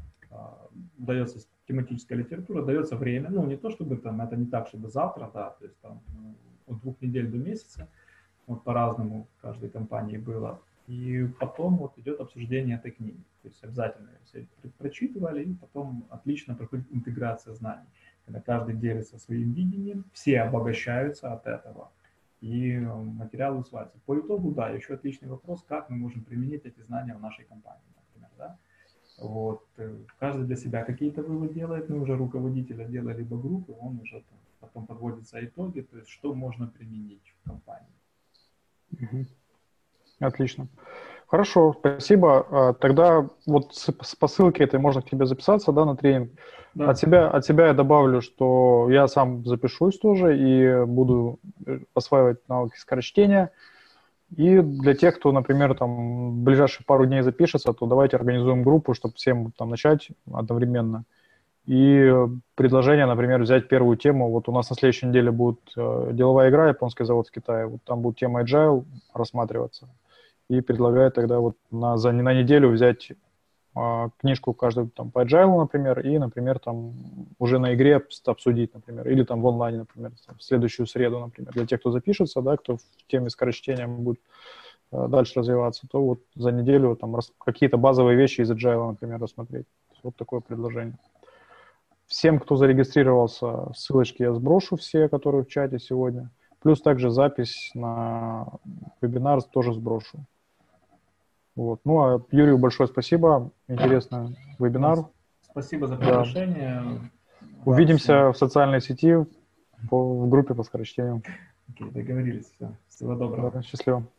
дается тематическая литература, дается время, ну, не то чтобы там, это не так, чтобы завтра, да, то есть там от двух недель до месяца, вот по-разному в каждой компании было, и потом вот идет обсуждение этой книги, то есть обязательно все прочитывали, и потом отлично проходит интеграция знаний, когда каждый делится своим видением, все обогащаются от этого, и материалы усваиваются. По итогу, да, еще отличный вопрос, как мы можем применить эти знания в нашей компании, например, да. Вот. Каждый для себя какие-то выводы делает, мы уже руководитель отдела либо группы, он уже там, потом подводится итоги, то есть что можно применить в компании. Угу. Отлично. Хорошо, спасибо. Тогда вот с, по ссылке этой можно к тебе записаться, да, на тренинг. Да. От себя, от себя я добавлю, что я сам запишусь тоже и буду осваивать навыки скорочтения. И для тех, кто, например, там в ближайшие пару дней запишется, то давайте организуем группу, чтобы всем там начать одновременно. И предложение, например, взять первую тему. Вот у нас на следующей неделе будет э, деловая игра, японский завод в Китае. Вот там будет тема Agile рассматриваться. И предлагаю тогда вот на, за, на неделю взять э, книжку каждую там по Agile, например, и, например, там уже на игре обсудить, например, или там в онлайне, например, в следующую среду, например. Для тех, кто запишется, да, кто в теме скорочтения будет э, дальше развиваться, то вот за неделю там рас, какие-то базовые вещи из Agile, например, рассмотреть. Вот такое предложение. Всем, кто зарегистрировался, ссылочки я сброшу все, которые в чате сегодня. Плюс также запись на вебинар тоже сброшу. Вот. Ну, а Юрию большое спасибо. Интересный вебинар. Спасибо за приглашение. Да. Увидимся в социальной сети, по, в группе по скорочтению. Окей, договорились. Все. Всего доброго. Да, счастливо.